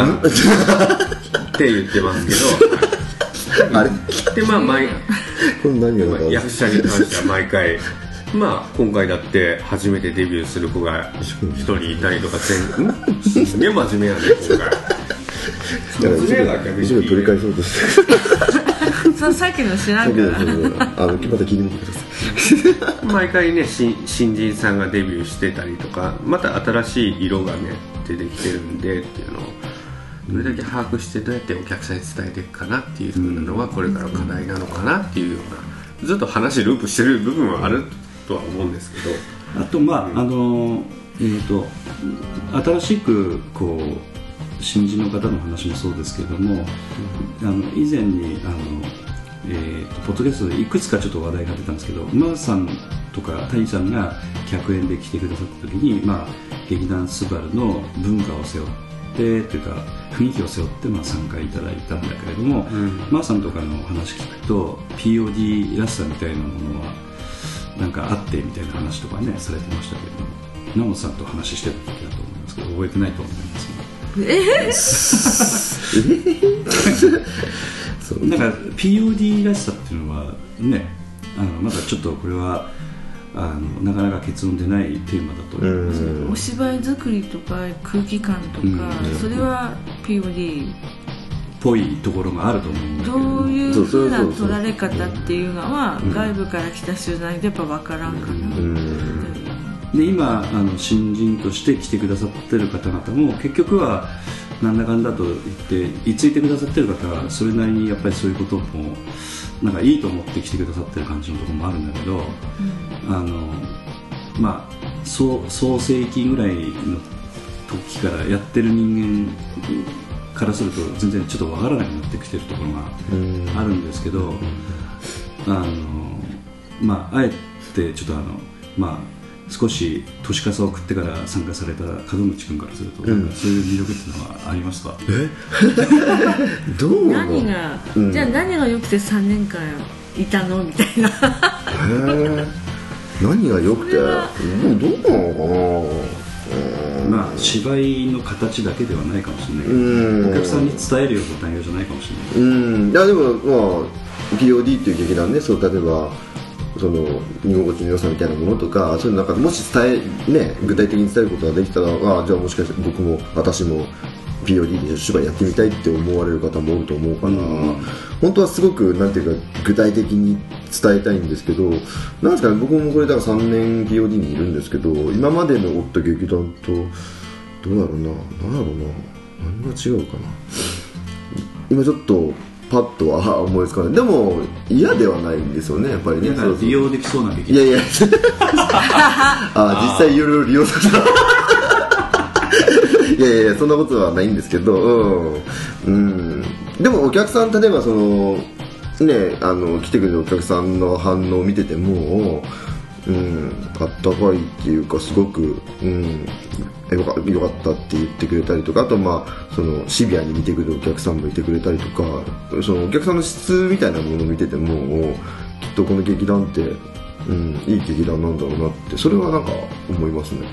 って言ってますけど、
あれ
でまあ
これ何が
役者に関しては毎回まあ今回だって初めてデビューする子が一人いたりとか、すげえ真面目やね今回。
後ろ取り返そうとして
そう、さっきの知らんから
また聞いてみてください。
毎回ね、新人さんがデビューしてたりとか、また新しい色がね出てきてるんでっていうのをどれだけ把握して、どうやってお客さんに伝えていくかなっていう風なのがこれから課題なのかなっていうような、ずっと話ループしてる部分はあるとは思うんですけど、
あと新しくこう新人の方の話もそうですけれども、以前にポッドキャストでいくつかちょっと話題が出たんですけど、マーさんとか谷さんが客演で来てくださった時に、劇団スバルの文化を背負ってというか雰囲気を背負って参加いただいたんだけれども、マーさんとかの話聞くと POD らしさみたいなものはなんかあってみたいな話とかねされてましたけれども、南本さんと話してた時だと思いますけど覚えてないと思いますね。なんか POD らしさっていうのはね、まだちょっとこれはなかなか結論出ないテーマだと思いますけど、
お芝居作りとか空気感とか、それは POD
っぽいところがあると思うんだけど、
どういう風な取られ方っていうのは外部から来た取材でやっぱ分からんかな。
で今新人として来てくださってる方々も結局はなんだかんだと言って居ついてくださってる方はそれなりにやっぱりそういうこともなんかいいと思って来てくださってる感じのところもあるんだけど、創世紀ぐらいの時からやってる人間からすると全然ちょっとわからなくなってきてるところがあるんですけど、あえてちょっと少し年かさを食ってから参加された門口君からすると、そういう魅力っていうのはありますか？
どう
何が、じゃあ何が良くて3年間いたのみたいな。
何が良くてどうなのかな。
芝居の形だけではないかもしれないけど、お客さんに伝えるような内容じゃないかもしれない。
いやでもPOD っていう劇団ね、そう例えばその居心地の良さみたいなものとか、そういうのなんかもし具体的に伝えることができたら、じゃあもしかして私も POD で芝居やってみたいって思われる方も多いと思うから、本当はすごくなんていうか具体的に伝えたいんですけど、なんですかね、僕もこれだから3年 POD にいるんですけど、今までのおった劇団とどうだろうな、何が違うかな。今ちょっとパッとは思いつかない。でも嫌ではないんですよね、やっぱりね。
利用できそうな劇団。
いや実際いろいろ利用させたいやそんなことはないんですけど、でもお客さん、例えばそのね、来てくれるお客さんの反応を見てても、あったかいっていうか、すごく、よかったって言ってくれたりとか、あとそのシビアに見てくれるお客さんもいてくれたりとか、そのお客さんの質みたいなものを見てても、きっとこの劇団って、いい劇団なんだろうなって、それはなんか思いますね。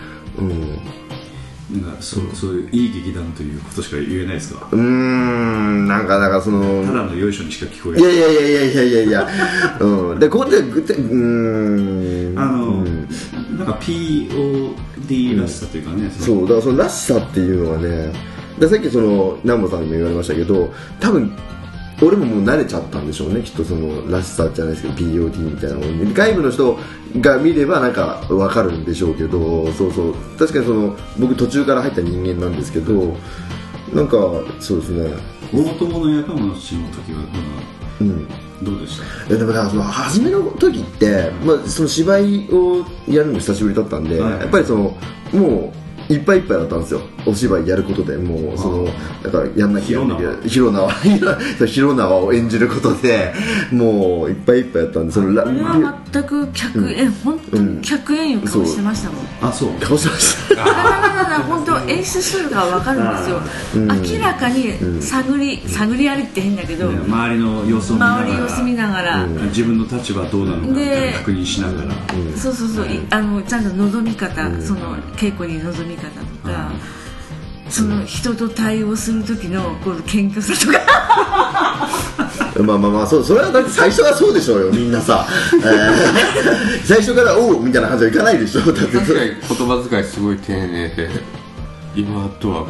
そういういい劇団ということしか言えないですか？
なんかその
ただのよいしょにしか聞こえない。
いやでここで
なんか POD らしさというかね、
そうだからそのらしさっていうのはね、でさっきその南本さんにも言われましたけど、多分俺ももう慣れちゃったんでしょうね、きっとそのらしさじゃないですけど POD みたいなものに外部の人が見ればなんか分かるんでしょうけど、そう確かにその僕途中から入った人間なんですけど、なんかそうですね、
大友のやかもちの時はどうでした？
でもその初めの時って、その芝居をやるの久しぶりだったんで、やっぱりそのもういっぱいいっぱいだったんですよ、お芝居やることで。もうそのだからやんなきゃ広縄を演じることでもういっぱいいっぱいやったんで、
それは全く客演、本当に客演っていう顔してましたもん。
あ、そう
顔してました
本当演出してるから分かるんですよ、明らかに探りありって変だけど、
周りの様子を
見ながら、
自分の立場どうなのかみたいな確認しながら、
そう、ちゃんと望み方、その稽古に臨み方とか、その人と対応する時のこう謙虚さとか
まあそれはだって最初はそうでしょうよ、みんなさ、最初からおうみたいな感じはいかないでしょ。だって
確かに言葉遣いすごい丁寧で今とは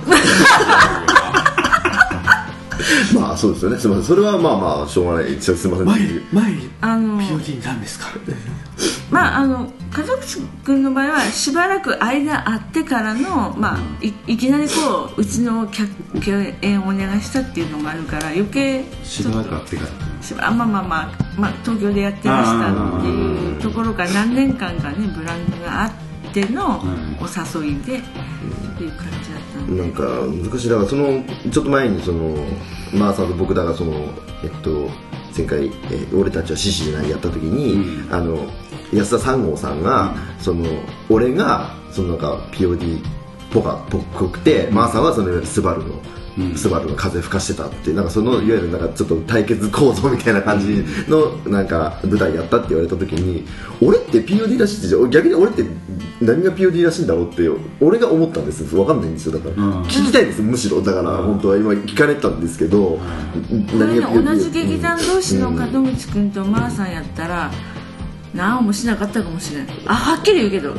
まあそうですよね。すみません、それはまあしょうがない。すみません。
前
POD
なんですか。
まあ家族君の場合はしばらく間あってからの、いきなりこうちの共演をお願いしたっていうのもあるから余計
しばらくあってから
東京でやってましたっていうところから何年間かねブランドがあってのお誘いでっていう感じだったんで、
なんか難しい。だからそのちょっと前にそのマーさんと僕だがその前回、俺たちは獅子じゃないやった時に、安田三郷さんが、その俺がそのなんか POD っぽくて、マーさんはそのいわゆるスバルの風吹かしてたって、なんかそのいわゆるなんかちょっと対決構造みたいな感じのなんか舞台やったって言われた時に、俺って POD らしいって、逆に俺って何が POD らしいんだろうって俺が思ったんです。分かんないんですよ。だから聞きたいです、むしろ。だから本当は今聞かれたんですけど、
何が POD 同じ劇団同士の門口君とマーさんやったら何もしなかったかもしれない。はっきり言うけど、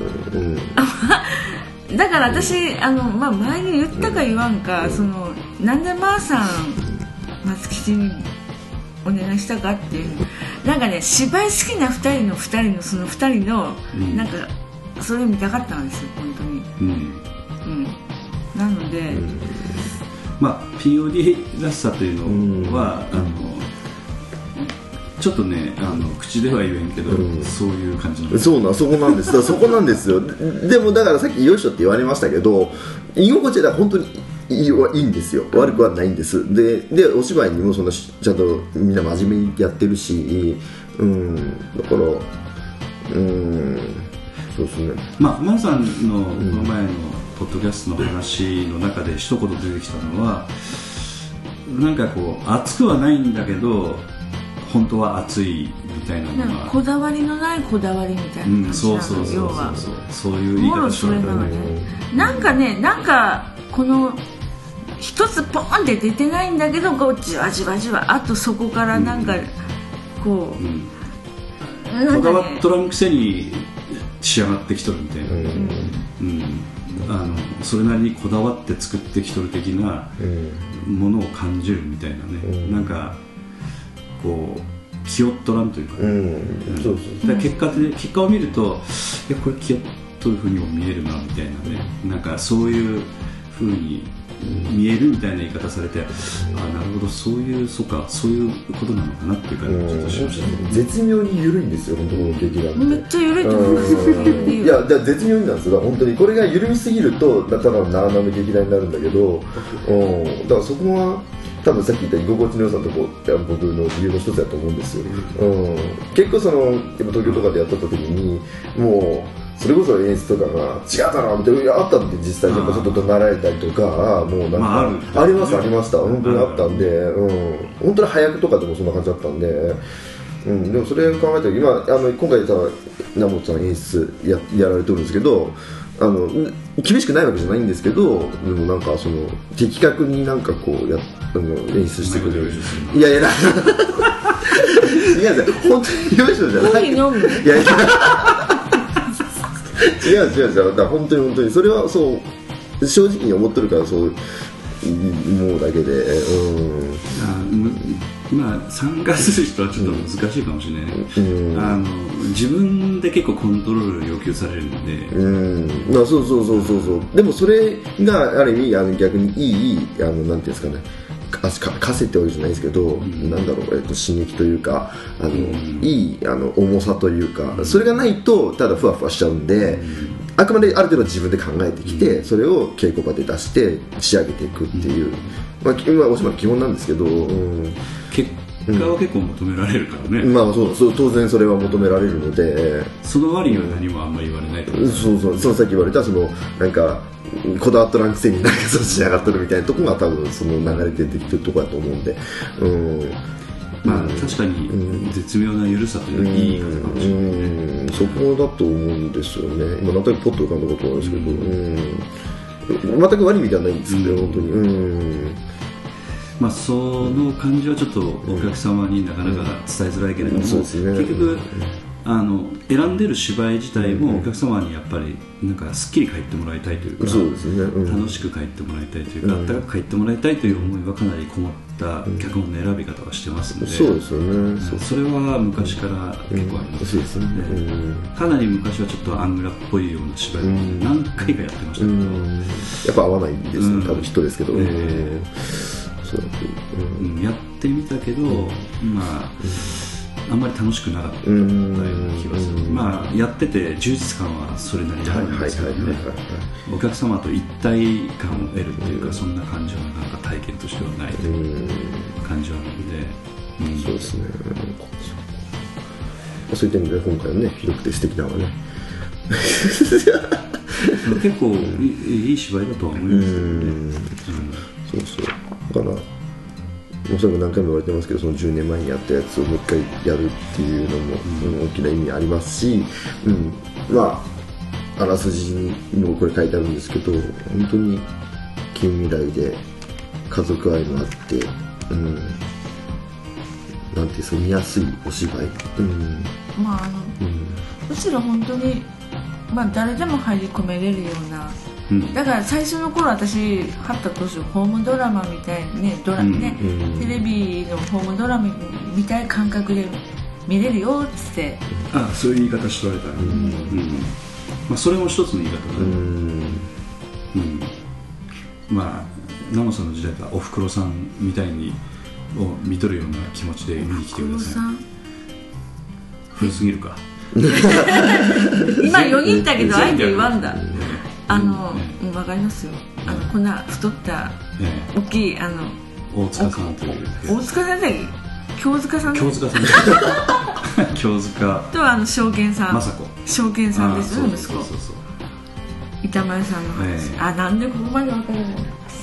だから私前に言ったか言わんか、そのなんでマーさん松吉にお願いしたかっていう、なんかね芝居好きな2人のその2人のなんかそれを見たかったんですよ本当に。なので、
POD らしさというのは、ちょっとね口では言えんけど、そういう感じなんです。
そこなんです。そこなんですよ。でもだからさっきよいしょって言われましたけど、居心地は本当にいいんですよ。悪くはないんです。でお芝居にもそんなちゃんとみんな真面目にやってるし、だからそうですね。マ
ーさんのこの前のポッドキャストの話の中で一言出てきたのは、なんかこう熱くはないんだけど本当は熱いみたいなのが、
こだわりのないこだわりみたいな感じなの。要は
そういう言い方します
ね。なんかこの一つポンって出てないんだけど、こうじわじわあとそこからなんかこう、
こだわっとらんくせに仕上がってきとるみたいな、それなりにこだわって作ってきとる的なものを感じるみたいなね、なんかこう気負っとらんというか、結果を見ると、いやこれ気負っとる風にも見えるなみたいなね、なんかそういう風に見えるみたいな言い方されて、なるほど、そういうことなのかなっていう感じがちょっとしましたね。
絶妙に緩いんですよ本当この劇団って。
めっちゃ緩いと思います。
いや絶妙になんですよ。本当にこれが緩みすぎるとただのなあなめ劇団になるんだけど、だからそこは多分さっき言った居心地の良さとこ僕の理由の一つだと思うんですよ。結構その東京とかでやった時にもうそれこそ演出とかが違ったなみたいなあったんで、実際にちょっと怒鳴られたりとか、もうなんかありました本当にあったんで、本当に早くとかでもそんな感じだったんで、でもそれを考えたら今回さ南本さん演出 やられてるんですけど、厳しくないわけじゃないんですけど、でもなんかその的確になんかこう演出してくれる。いや違うんですよ、本当によいしょじゃない。違うだから本当にそれはそう正直に思ってるからそう思うだけで、
参加する人はちょっと難しいかもしれない、自分で結構コントロールを要求されるので、
そうでもそれがある意味逆にいいなんていうんですかね、稼ってわけじゃないですけど、なんだろう、刺激というかいい重さというか、それがないとただふわふわしちゃうんで、あくまである程度自分で考えてきて、それを稽古場で出して仕上げていくっていう、今お芝居の基本なんですけど、
果は結構求められるからね、
まあそう当然それは求められるので、
その割には何もあんまり言われないと思う。
そのさっき言われたなんかこだわっとらんくせになんかそうしやがっとるみたいなところが多分その流れでできてるところだと思うんで、
まあ確かに絶妙な緩さというのはいいかもしれないね。
そこだと思うんですよね。今全くポッと浮かんだことなんですけど、全く悪い意味ではないんですけど、本当に。
まあ、その感じはちょっとお客様になかなか伝えづらいけれども、結局選んでる芝居自体もお客様にやっぱりなんかすっきり帰ってもらいたいというか、楽しく帰ってもらいたいというか、あったかく帰ってもらいたいという思いはかなりこもった脚本の選び方はしてますので、
そうですよね。
それは昔から結構ありますね。かなり昔はちょっとアングラっぽいような芝居を何回かやってましたけど、
やっぱ合わないんですね、多分人ですけど、
やってみたけど、まああんまり楽しくなかったような気がする。まあやってて充実感はそれなりにあるんですけどね、お客様と一体感を得るというか、そんな感じはなかなか体験としてはない感じはあるので、
そうですね。そういった意味で今回はね、広くて素敵なのはね
結構いい芝居だとは思いますけどね。
だからもうそれも何回も言われてますけど、その10年前にやったやつをもう一回やるっていうのも、大きな意味ありますし、まああらすじにもこれ書いてあるんですけど、本当に近未来で家族愛もあって、なんていうんですか、見やすいお芝居、
まあうちら本当に、まあ、誰でも入り込めれるような、だから最初の頃私貼った当初ホームドラマみたいにね、テレビのホームドラマみたいな感覚で見れるよっつって、
そういう言い方しておられた、まあ、それも一つの言い方だね。まあナモさんの時代はおふくろさんみたいにを見とるような気持ちで見に来てください。古すぎるか
今4人だけどあえて言わんだ。わかりますよ。こんな太った大きい
大塚さんという、
大塚さんだっけ、京塚さん、
京塚さん京塚
と証券さん、
雅子
証券さんですよ、息子。
そう
板前さんの話、なんでここまでわからない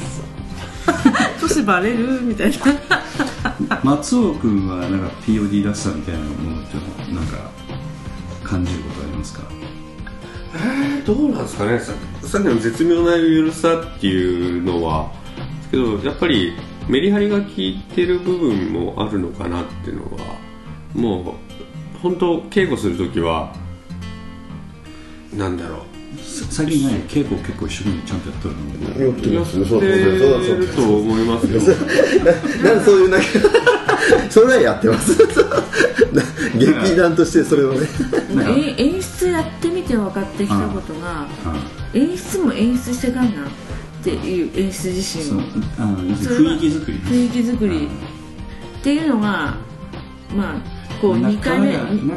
年バレるみたいな
松尾君はなんか POD らしさみたいなものってなんか感じることありますか？
どうなんですかね。さっきの絶妙な緩さっていうのはけど、やっぱりメリハリが効いてる部分もあるのかなっていうのは、もう本当稽古するときはなんだろう、
最近ね、稽古結構一生懸命ちゃんとやっとるの
やってると思いますよ
なんでそういうなんかそれはやってます劇団としてそれをね
演出やってみて分かってきたことが、演出も演出してかんなっていう、演出自身も
雰囲気作り、
雰囲気作りっていうのが、まあこう2回目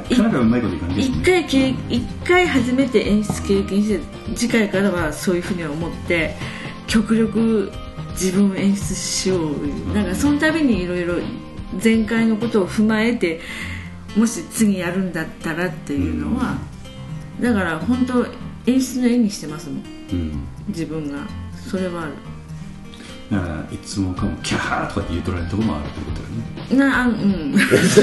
1回初めて演出経験して、次回からはそういうふうに思って極力自分を演出しよう。だからその度にいろいろ前回のことを踏まえて、もし次やるんだったらっていうのは、だから本当演出の絵にしてますもん、自分が。それはある。
だからいつもかもキャーとかって言うとられるところもあるってことだよね。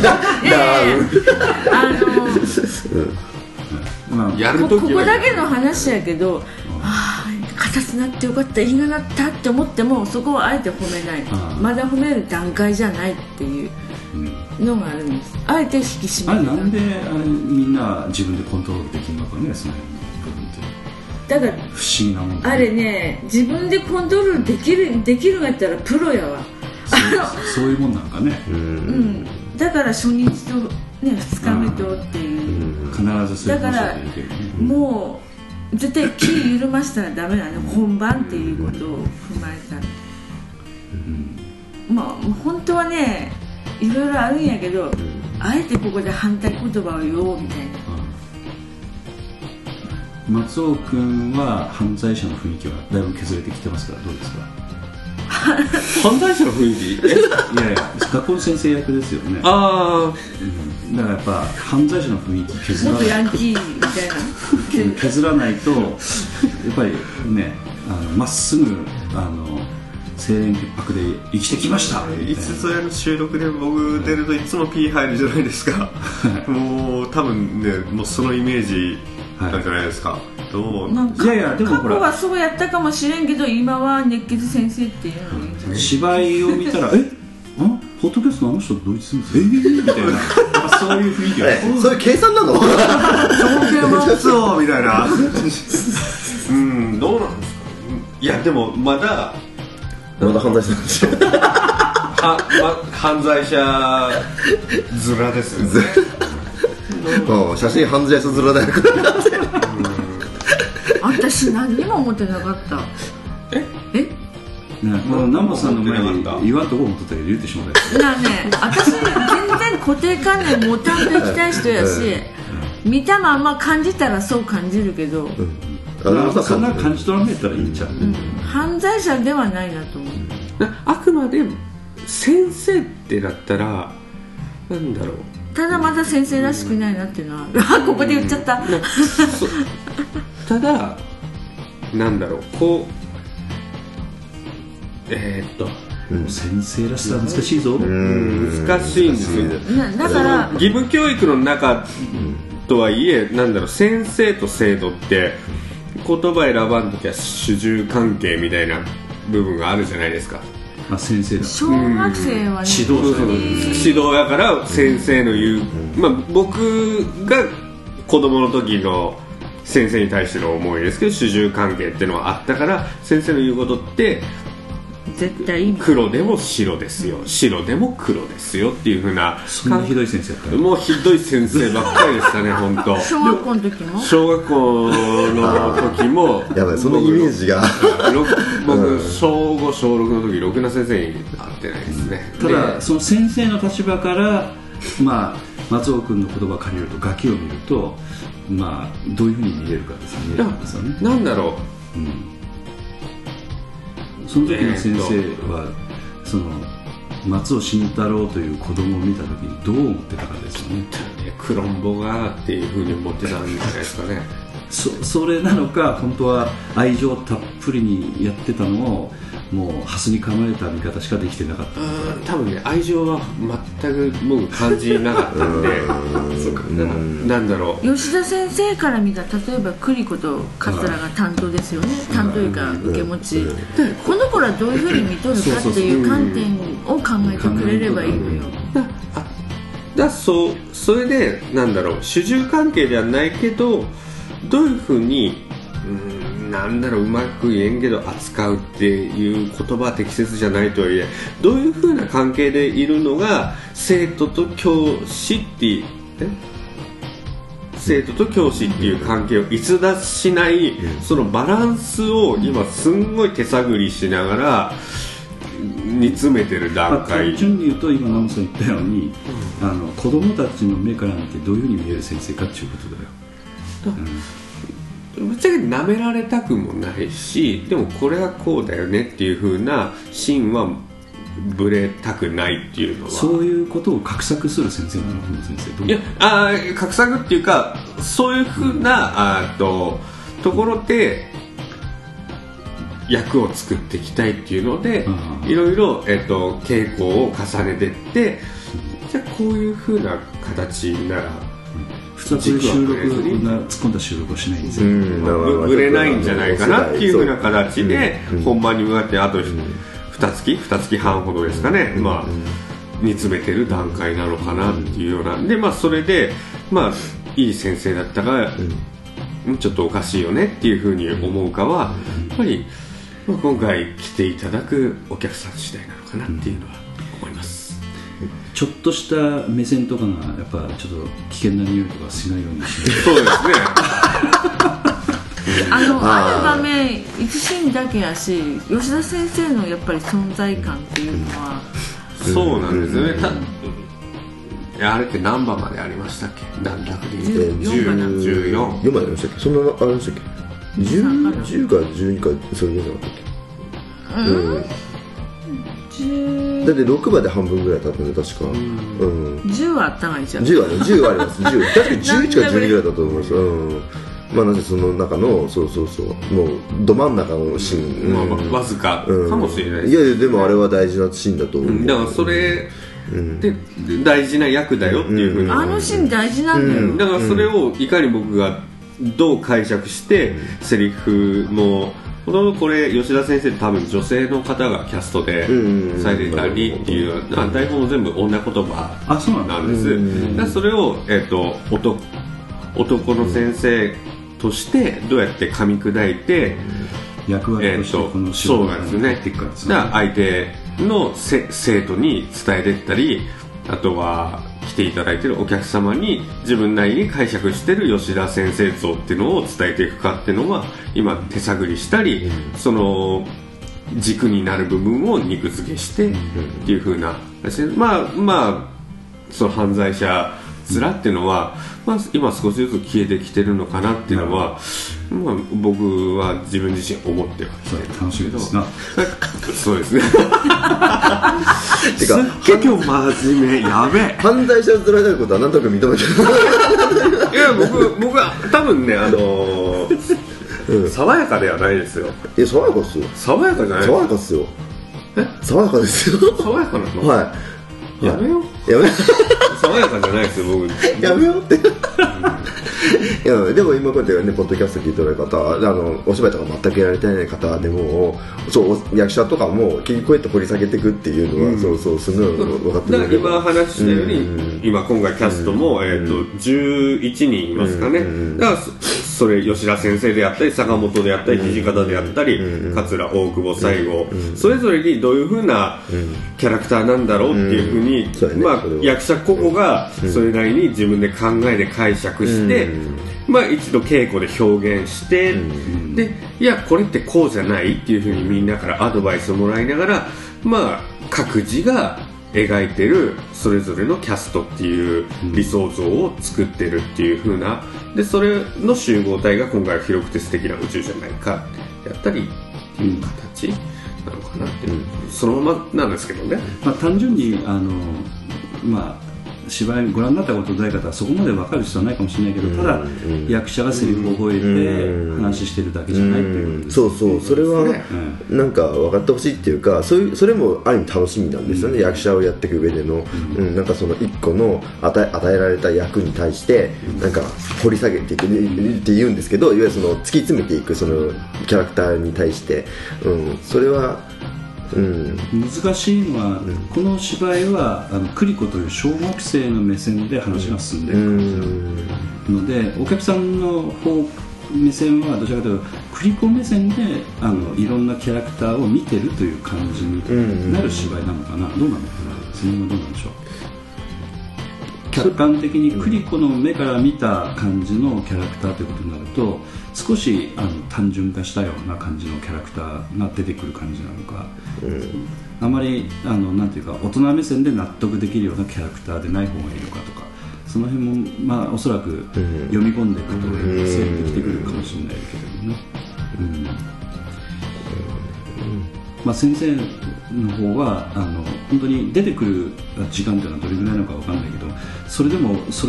やるときは
ここだけの話やけど、形になってよかった、いいがなったって思っても、そこはあえて褒めない、まだ褒める段階じゃないっていうのがあるんです。あえて引き締める。
なんでみんな自分でコントロールできるのかね、その辺の部分って。
だから
不思議なもん、
あれね、自分でコントロールできるんやったらプロやわ。
そういうもんなんかね。
だから初日と、ね、2日目とっていう、
必ずそういうことだけどね。
もう絶対気緩ましたらダメなの、本番っていうことを踏まえたら、まあ本当はね、いろいろあるんやけど、あえてここで反対言葉を言おうみたいな。
松尾君は犯罪者の雰囲気はだいぶ削れてきてますから、どうですか？
犯罪者の雰囲気
いやいや学校の先生役ですよね。
あ
だからやっぱ犯罪者の雰囲気削ら
元ヤ
ない
ンキーみたいな
削らないとやっぱりねまっすぐ清廉潔白で生きてきましたみたいな。
いつぞやの収録で僕出るといつも P 入るじゃないですかもう多分ねもうそのイメージなんじゃないですか、どう
なんか
いやいやでもほら
過去はそうやったかもしれんけど今は熱血先生っていうのがいいんじゃない。
芝居を見たらポッドキャストのあの人ドイツ先生みたいなそういう雰囲気が
そういう計算なの
条件はそうみたいなうんどうなんですか。いやでもまだ
犯罪者なんですよ
犯罪者面ですよね
写真犯罪者面だよ
私何にも思ってなかった。
南本さんの前に言わんとこ思っとったけど言ってしまったよ。
私全然固定観念持たんといきたい人やし、見たまま感じたらそう感じるけど、
そんな感じ取らんやったらいいんちゃう、
犯罪者ではないなと思う。
あくまで先生ってなったらなんだろう、
ただまだ先生らしくないなっていうのはここで言っちゃった
ただなんだろうこう
先生らしさ難しいぞ。
難しいんですよ。
だから
義務教育の中とはいえなんだろう先生と生徒って言葉選ばんときは主従関係みたいな部分があるじゃないですか。
先生だ
小学生はね、
指導者
指導やから先生の言う、僕が子供の時の先生に対しての思いですけど主従関係っていうのはあったから先生の言うことって
絶対いい
黒でも白ですよ白でも黒ですよっていう風な。
そんなひどい先生やった
もうひどい先生ばっかりでしたね本当。
小学校の時も
小学校の時も
やばいそのイメージが
僕小5小6の時ろくな先生に会ってないですね。
ただその先生の立場から松尾君の言葉を借りるとガキを見るとどういうふうに見れるかですね。
なんだろう、
その時の先生はその松尾慎太郎という子供を見た時にどう思ってたかですよね。
クロンボがっていうふうに思ってたんじゃないですかね。
それなのか本当は愛情たっぷりにやってたのをもうハスに構えた見方しかできてなかったのか。
多分ね愛情は全く僕感じなかったんでなんだろう
吉田先生から見た例えば栗子と桂が担当ですよね。担当いうか受け持ち、この子らどういうふうに見とるかっていう観点を考えてくれればいいのよ。
それでなんだろう主従関係ではないけどどういうふうになんだろううまく言えんけど扱うっていう言葉は適切じゃないとはいえどういうふうな関係でいるのが生徒と教師っていう関係を逸脱しないそのバランスを今すんごい手探りしながら煮詰めてる段階。
単純に言うと今南本さん言ったように子供たちの目から見てどういうふうに見える先生かっていうことだよ。
ぶっちゃけ舐められたくもないしでもこれはこうだよねっていう風な芯はぶれたくないっていうのは
そういうことを画策する先生なのこの先生どう？
いや画策っていうかそういう風なところで役を作っていきたいっていうのでいろいろ稽古を重ねていってじゃあこういう風な形なら
2つ収録が突っ込んだ収録をしないんですよ。
ぶれないんじゃないかなっていう風な形で本番に向かってあと2月半ほどですかね、煮詰めてる段階なのかなっていうようなでそれでいい先生だったからちょっとおかしいよねっていう風に思うかはやっぱり今回来ていただくお客さん次第なのかなっていうのは思います。
ちょっとした目線とかがやっぱちょっと危険な匂いとかしないようにしない
そうですね
ある場面一シーンだけやし吉田先生のやっぱり存在感っていうのは
そうなんですよね。あれって何番までありましたっけ？何百で
14までありましたっけ？そんなありましたっけ？10か12かそれぐらいじゃなかったっけ？ だって6話で半分ぐらい経ったね確か、
10はあったがいいじゃん。
10はあります10確かに11か12ぐらいだったと思います。まあなぜその中のそうもうど真ん中のシーン、
わずかかもしれないです。
いやでもあれは大事なシーンだと思う。
だからそれで大事な役だよっていうふうに、
あのシーン大事なんだよ。
だからそれをいかに僕がどう解釈してセリフもほとんどこれ吉田先生多分女性の方がキャストでされてたりっていう台本も全部女言葉なんです。だからそれを男の先生としてどうやって噛み砕いて
役割としてこの仕
そう
事
なんですね。だから相手の生徒に伝えていったり、あとは来ていただいているお客様に自分なりに解釈している吉田先生像っていうのを伝えていくかっていうのは今手探りしたり、その軸になる部分を肉付けしてっていう風な、まあその犯罪者面っていうのは、今少しずつ消えてきてるのかなっていうのは、僕は自分自身思ってますね。
楽しみですな。
そうですね。
てか
結構真面目やべえ。
犯罪者を面になることは何となく認めてる。
いや僕は多分ね爽やかではないですよ。
爽やかっすよ。
爽やかじゃない。
爽やかっすよ。爽やかですよ。
爽やかなの？
はい。
やめよう。爽やかじゃないですよ僕。
やめようって。いやでも今こうやってねポッドキャスト聞いてる方、お芝居とか全くやられてない方でも、そう役者とかもこうやって掘り下げていくっていうのは、そうすごい分かってくれる。
今話したように、今回キャストも11人いますかね。だからそれ吉田先生であったり坂本であったり土方であったり桂大久保西郷、それぞれにどういう風なキャラクターなんだろうっていう風に、役者個々がそれなりに自分で考えて解釈して、一度稽古で表現して、でいやこれってこうじゃないっていう風にみんなからアドバイスをもらいながら、各自が描いてるそれぞれのキャストっていう理想像を作ってるっていう風な、でそれの集合体が今回は広くて素敵な宇宙じゃないかやったりっていう形なのかなっていう、そのままなんですけどね。
単純に芝居ご覧になったことない方はそこまで分かる必要はないかもしれないけど、ただ役者がセリフを覚えて話してるだけじゃないっていうことですね。
それはなんか分かってほしいっていうか、それもある意味楽しみなんですよね、役者をやっていく上での、なんかその一個の与えられた役に対してなんか掘り下げていくって言うんですけど、いわゆるその突き詰めていくそのキャラクターに対して、それは
難しいのは、この芝居はクリコという小学生の目線で話が進んでいくので、お客さんの方目線はどちらかというとクリコ目線でいろんなキャラクターを見てるという感じになる芝居なのかな、どうなのかな、その辺はどうなんでしょう。客観的にクリコの目から見た感じのキャラクターということになると、少し単純化したような感じのキャラクターが出てくる感じなのか、あまりなんていうか大人目線で納得できるようなキャラクターでない方がいいのかとか、その辺もおそらく読み込んでいくと整理できてくるかもしれないけどね。先生の方は本当に出てくる時間というのはどれぐらいなのか分かんないけど、それでもそ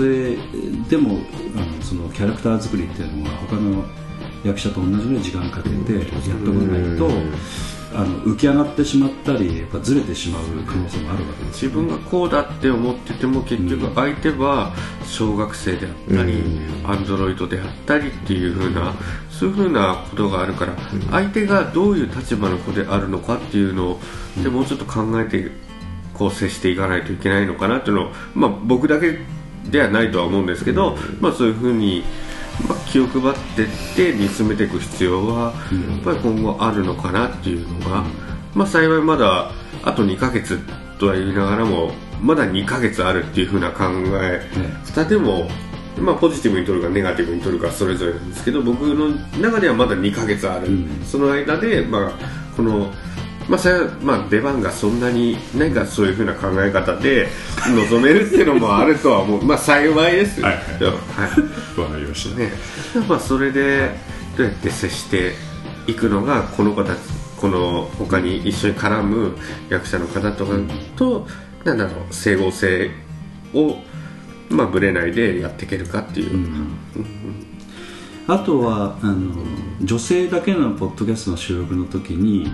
のキャラクター作りっていうのは他の役者と同じぐらい時間かけてやっておかないと浮き上がってしまったりやっぱずれてしまう可能性もあるわけです、
自分がこうだって思ってても結局相手は小学生であったり、アンドロイドであったりっていう風な、そういう風なことがあるから、相手がどういう立場の子であるのかっていうのをでもうちょっと考えてこう接していかないといけないのかなっていうのを、僕だけではないとは思うんですけど、そういう風に気を配ってって見つめていく必要はやっぱり今後あるのかなっていうのが、幸いまだあと2ヶ月とは言いながらもまだ2ヶ月あるっていう風な考え方でも、ポジティブに取るかネガティブに取るかそれぞれなんですけど、僕の中ではまだ2ヶ月ある、その間でこの出番がそんなに何かそういう風な考え方で臨めるっていうのもあるとは思う。幸いですよ。
わかりました
ね。それでどうやって接していくのがこの子この他に一緒に絡む役者の方とかと、なんだろう、整合性をぶれないでやっていけるかっていう、
あとは女性だけのポッドキャストの収録の時に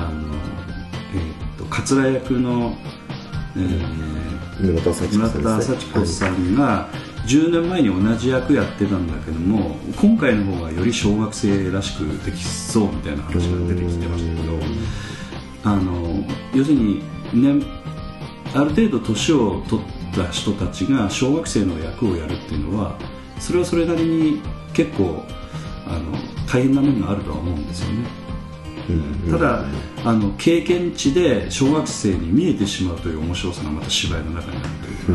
桂役の、
村田幸子
さんが10年前に同じ役やってたんだけども、今回の方がより小学生らしくできそうみたいな話が出てきてましたけど、要するに、ね、ある程度年を取った人たちが小学生の役をやるっていうのは、それはそれなりに結構大変な面があるとは思うんですよね。ただ経験値で小学生に見えてしまうという面白さがまた芝居の中にあると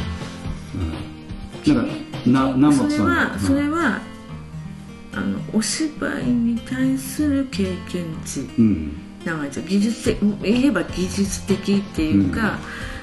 いうか、南本さん
それはお芝居に対する経験値、なんか技術的、言えば技術的っていうか、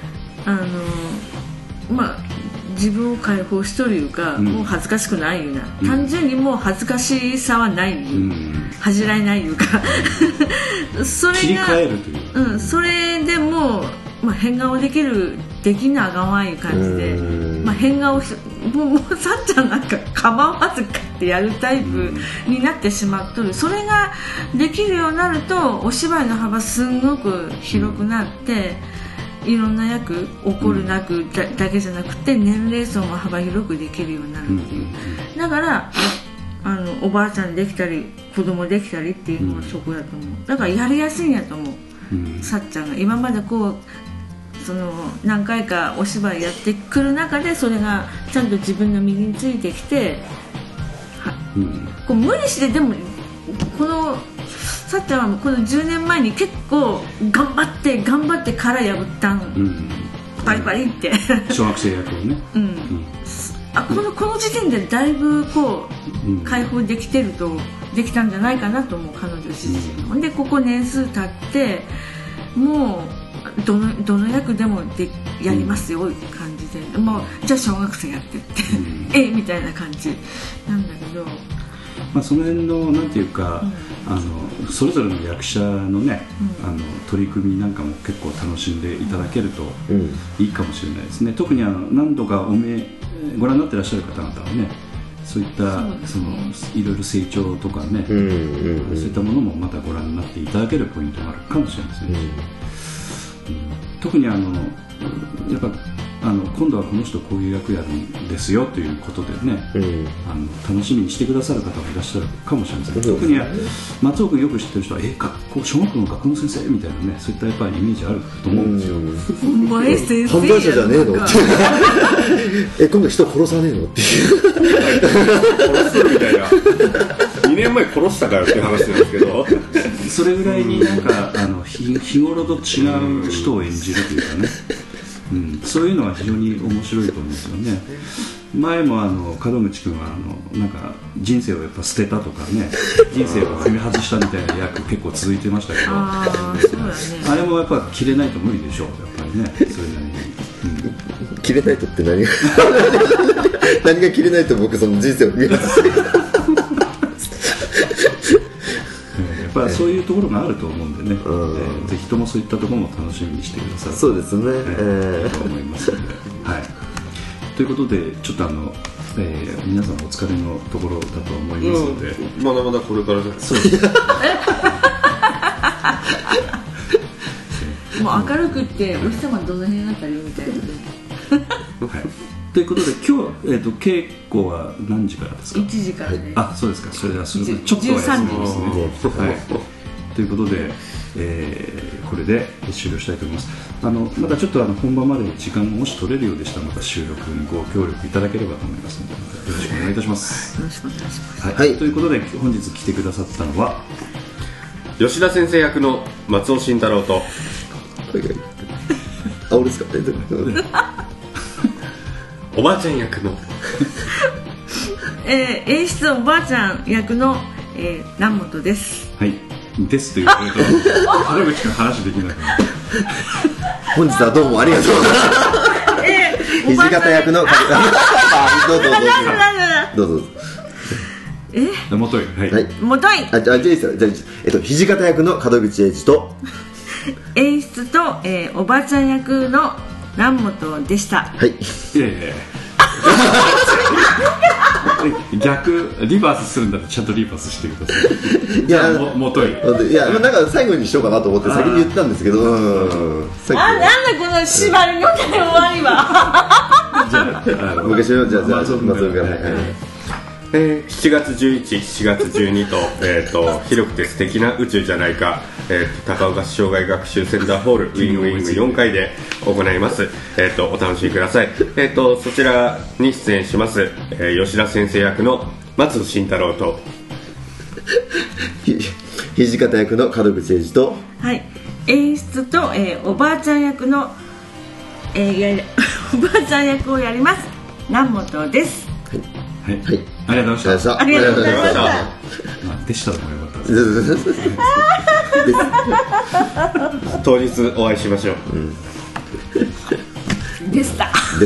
自分を解放しとるいうか、もう恥ずかしくないいうな、単純にもう恥ずかしさはない、恥じらいないいうかそれが切り替えるという、それでも変顔できなあかんわいう感じで、変顔もうさっちゃんなんか構わずかってやるタイプになってしまっとる。それができるようになるとお芝居の幅すんごく広くなって、いろんな役怒るなく だけじゃなくて年齢層も幅広くできるようになるっていう、だからおばあちゃんできたり子供できたりっていうのはそこだと思う。だからやりやすいんやと思う、さっちゃんが今まで何回かお芝居やってくる中でそれがちゃんと自分の身についてきて、こう無理してでもさっちゃんはこの10年前に結構頑張って殻破ったん、バリバリって
小学生役をね、
この時点でだいぶ解放できたんじゃないかなと思う、彼女自身、でここ年数経ってもうどの役でもやりますよいう感じで、もうじゃあ小学生やってってみたいな感じなんだけど、
その辺のなんていうか、それぞれの役者のね、取り組みなんかも結構楽しんでいただけるといいかもしれないですね。特に何度かご覧になっていらっしゃる方々はね、そういったいろいろ成長とかね、そういったものもまたご覧になっていただけるポイントがあるかもしれませんし、特にやっぱ今度はこの人こういう役やるんですよということでね、楽しみにしてくださる方もいらっしゃるかもしれません。特に松尾君よく知ってる人は小学校の学校の先生みたいなね、そういったやっぱりイメージあると思うんですよ。
犯罪者じゃねえのって今度人殺さねえのって
殺すみたいな2年前殺したからっていう話なんですけど
それぐらいになんか日頃と違う人を演じるというかね、そういうのは非常に面白いと思うんですよね。前も門口君はなんか人生をやっぱ捨てたとかね、人生を踏み外したみたいな役結構続いてましたけど、あれもやっぱ切れないと無理でしょう、やっぱりね、それなりに、
切れないとって何が何が切れないと僕その人生を踏み外して
やっぱそういうところがあると思うんでね、ぜひともそういったところも楽しみにしてくださると、
そうですね、
と思いますので、ということでちょっと皆さんお疲れのところだと思いますので、
まだまだこれからじゃないですか。
もう明るくってお日様どの辺あたりみたいな
ということで今日、稽古は何時からですか
？1時からね。
そうですか。それではちょっとお休みですね。ということで、これで終了したいと思います。またちょっと本番まで時間がもし取れるようでしたらまた収録にご協力いただければと思いますので、よろしくお願いいたします。
よろしくお願いします。
はい。ということで本日来てくださったのは
吉田先生役の松尾慎太郎と
俺ですか
おばあちゃん役の
演出おばあちゃん役の、南本です。
はいですということで原口君話できなくな
本日はどうもありがとう土方役のどうぞ
もとい、はい、
もとい。
じゃあいいですよ。じゃあ、土方役の門口英二と
演出と、おばあちゃん役の南本でした。
はい。
いやいやいや逆リバースするんだったらちゃんとリバースしてください。いや、もとい。
いや、なんか最後にしようかなと思って先に言ったんですけど、
なんだこの縛りの終わりは。
じゃあ昔のじゃあ松尾から
7月11、7月12と、広くて素敵な宇宙じゃないか、高岡市障害学習センターホールウィングウィング4階で行います。お楽しみください。そちらに出演します、吉田先生役の松尾慎太郎と
土方役の門口英二と、
はい、演出と、おばあちゃん役の、おばあちゃん役をやります南本です。
はい、はい、ありがとうございました。
ありがとうございました。
でしたのもよかったです。
当日お会いしましょう。
でした。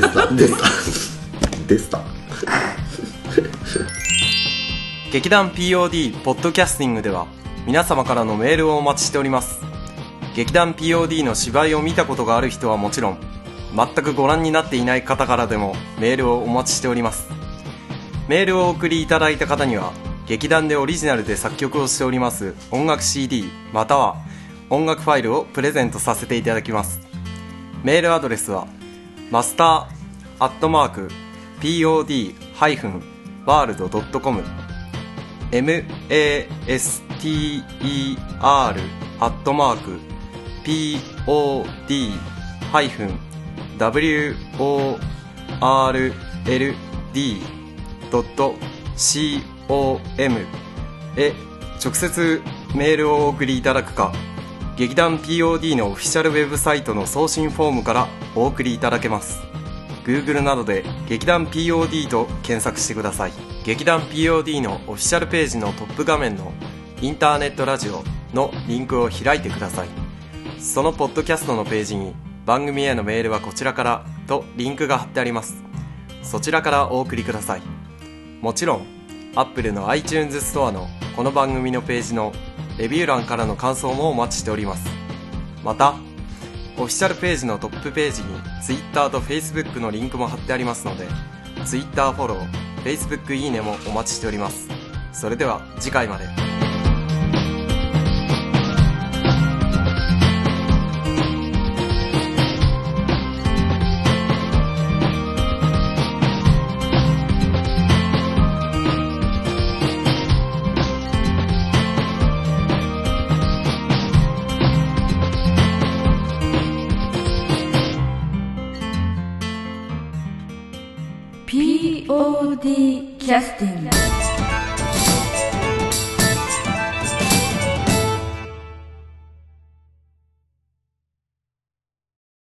劇団 POD ポッドキャスティングでは皆様からのメールをお待ちしております。劇団 POD の芝居を見たことがある人はもちろん、全くご覧になっていない方からでもメールをお待ちしております。メールをお送りいただいた方には劇団でオリジナルで作曲をしております音楽 CD または音楽ファイルをプレゼントさせていただきます。メールアドレスはmaster@pod-world.com master@pod-world.com へ直接メールをお送りいただくか、劇団 POD のオフィシャルウェブサイトの送信フォームからお送りいただけます。 Google などで劇団 POD と検索してください。劇団 POD のオフィシャルページのトップ画面のインターネットラジオのリンクを開いてください。そのポッドキャストのページに番組へのメールはこちらからとリンクが貼ってあります。そちらからお送りください。もちろん Apple の iTunes ストアのこの番組のページのレビュー欄からの感想もお待ちしております。またオフィシャルページのトップページに Twitter と Facebook のリンクも貼ってありますので、 Twitter フォロー、 Facebook いいねもお待ちしております。それでは次回まで。
POD キャスティング。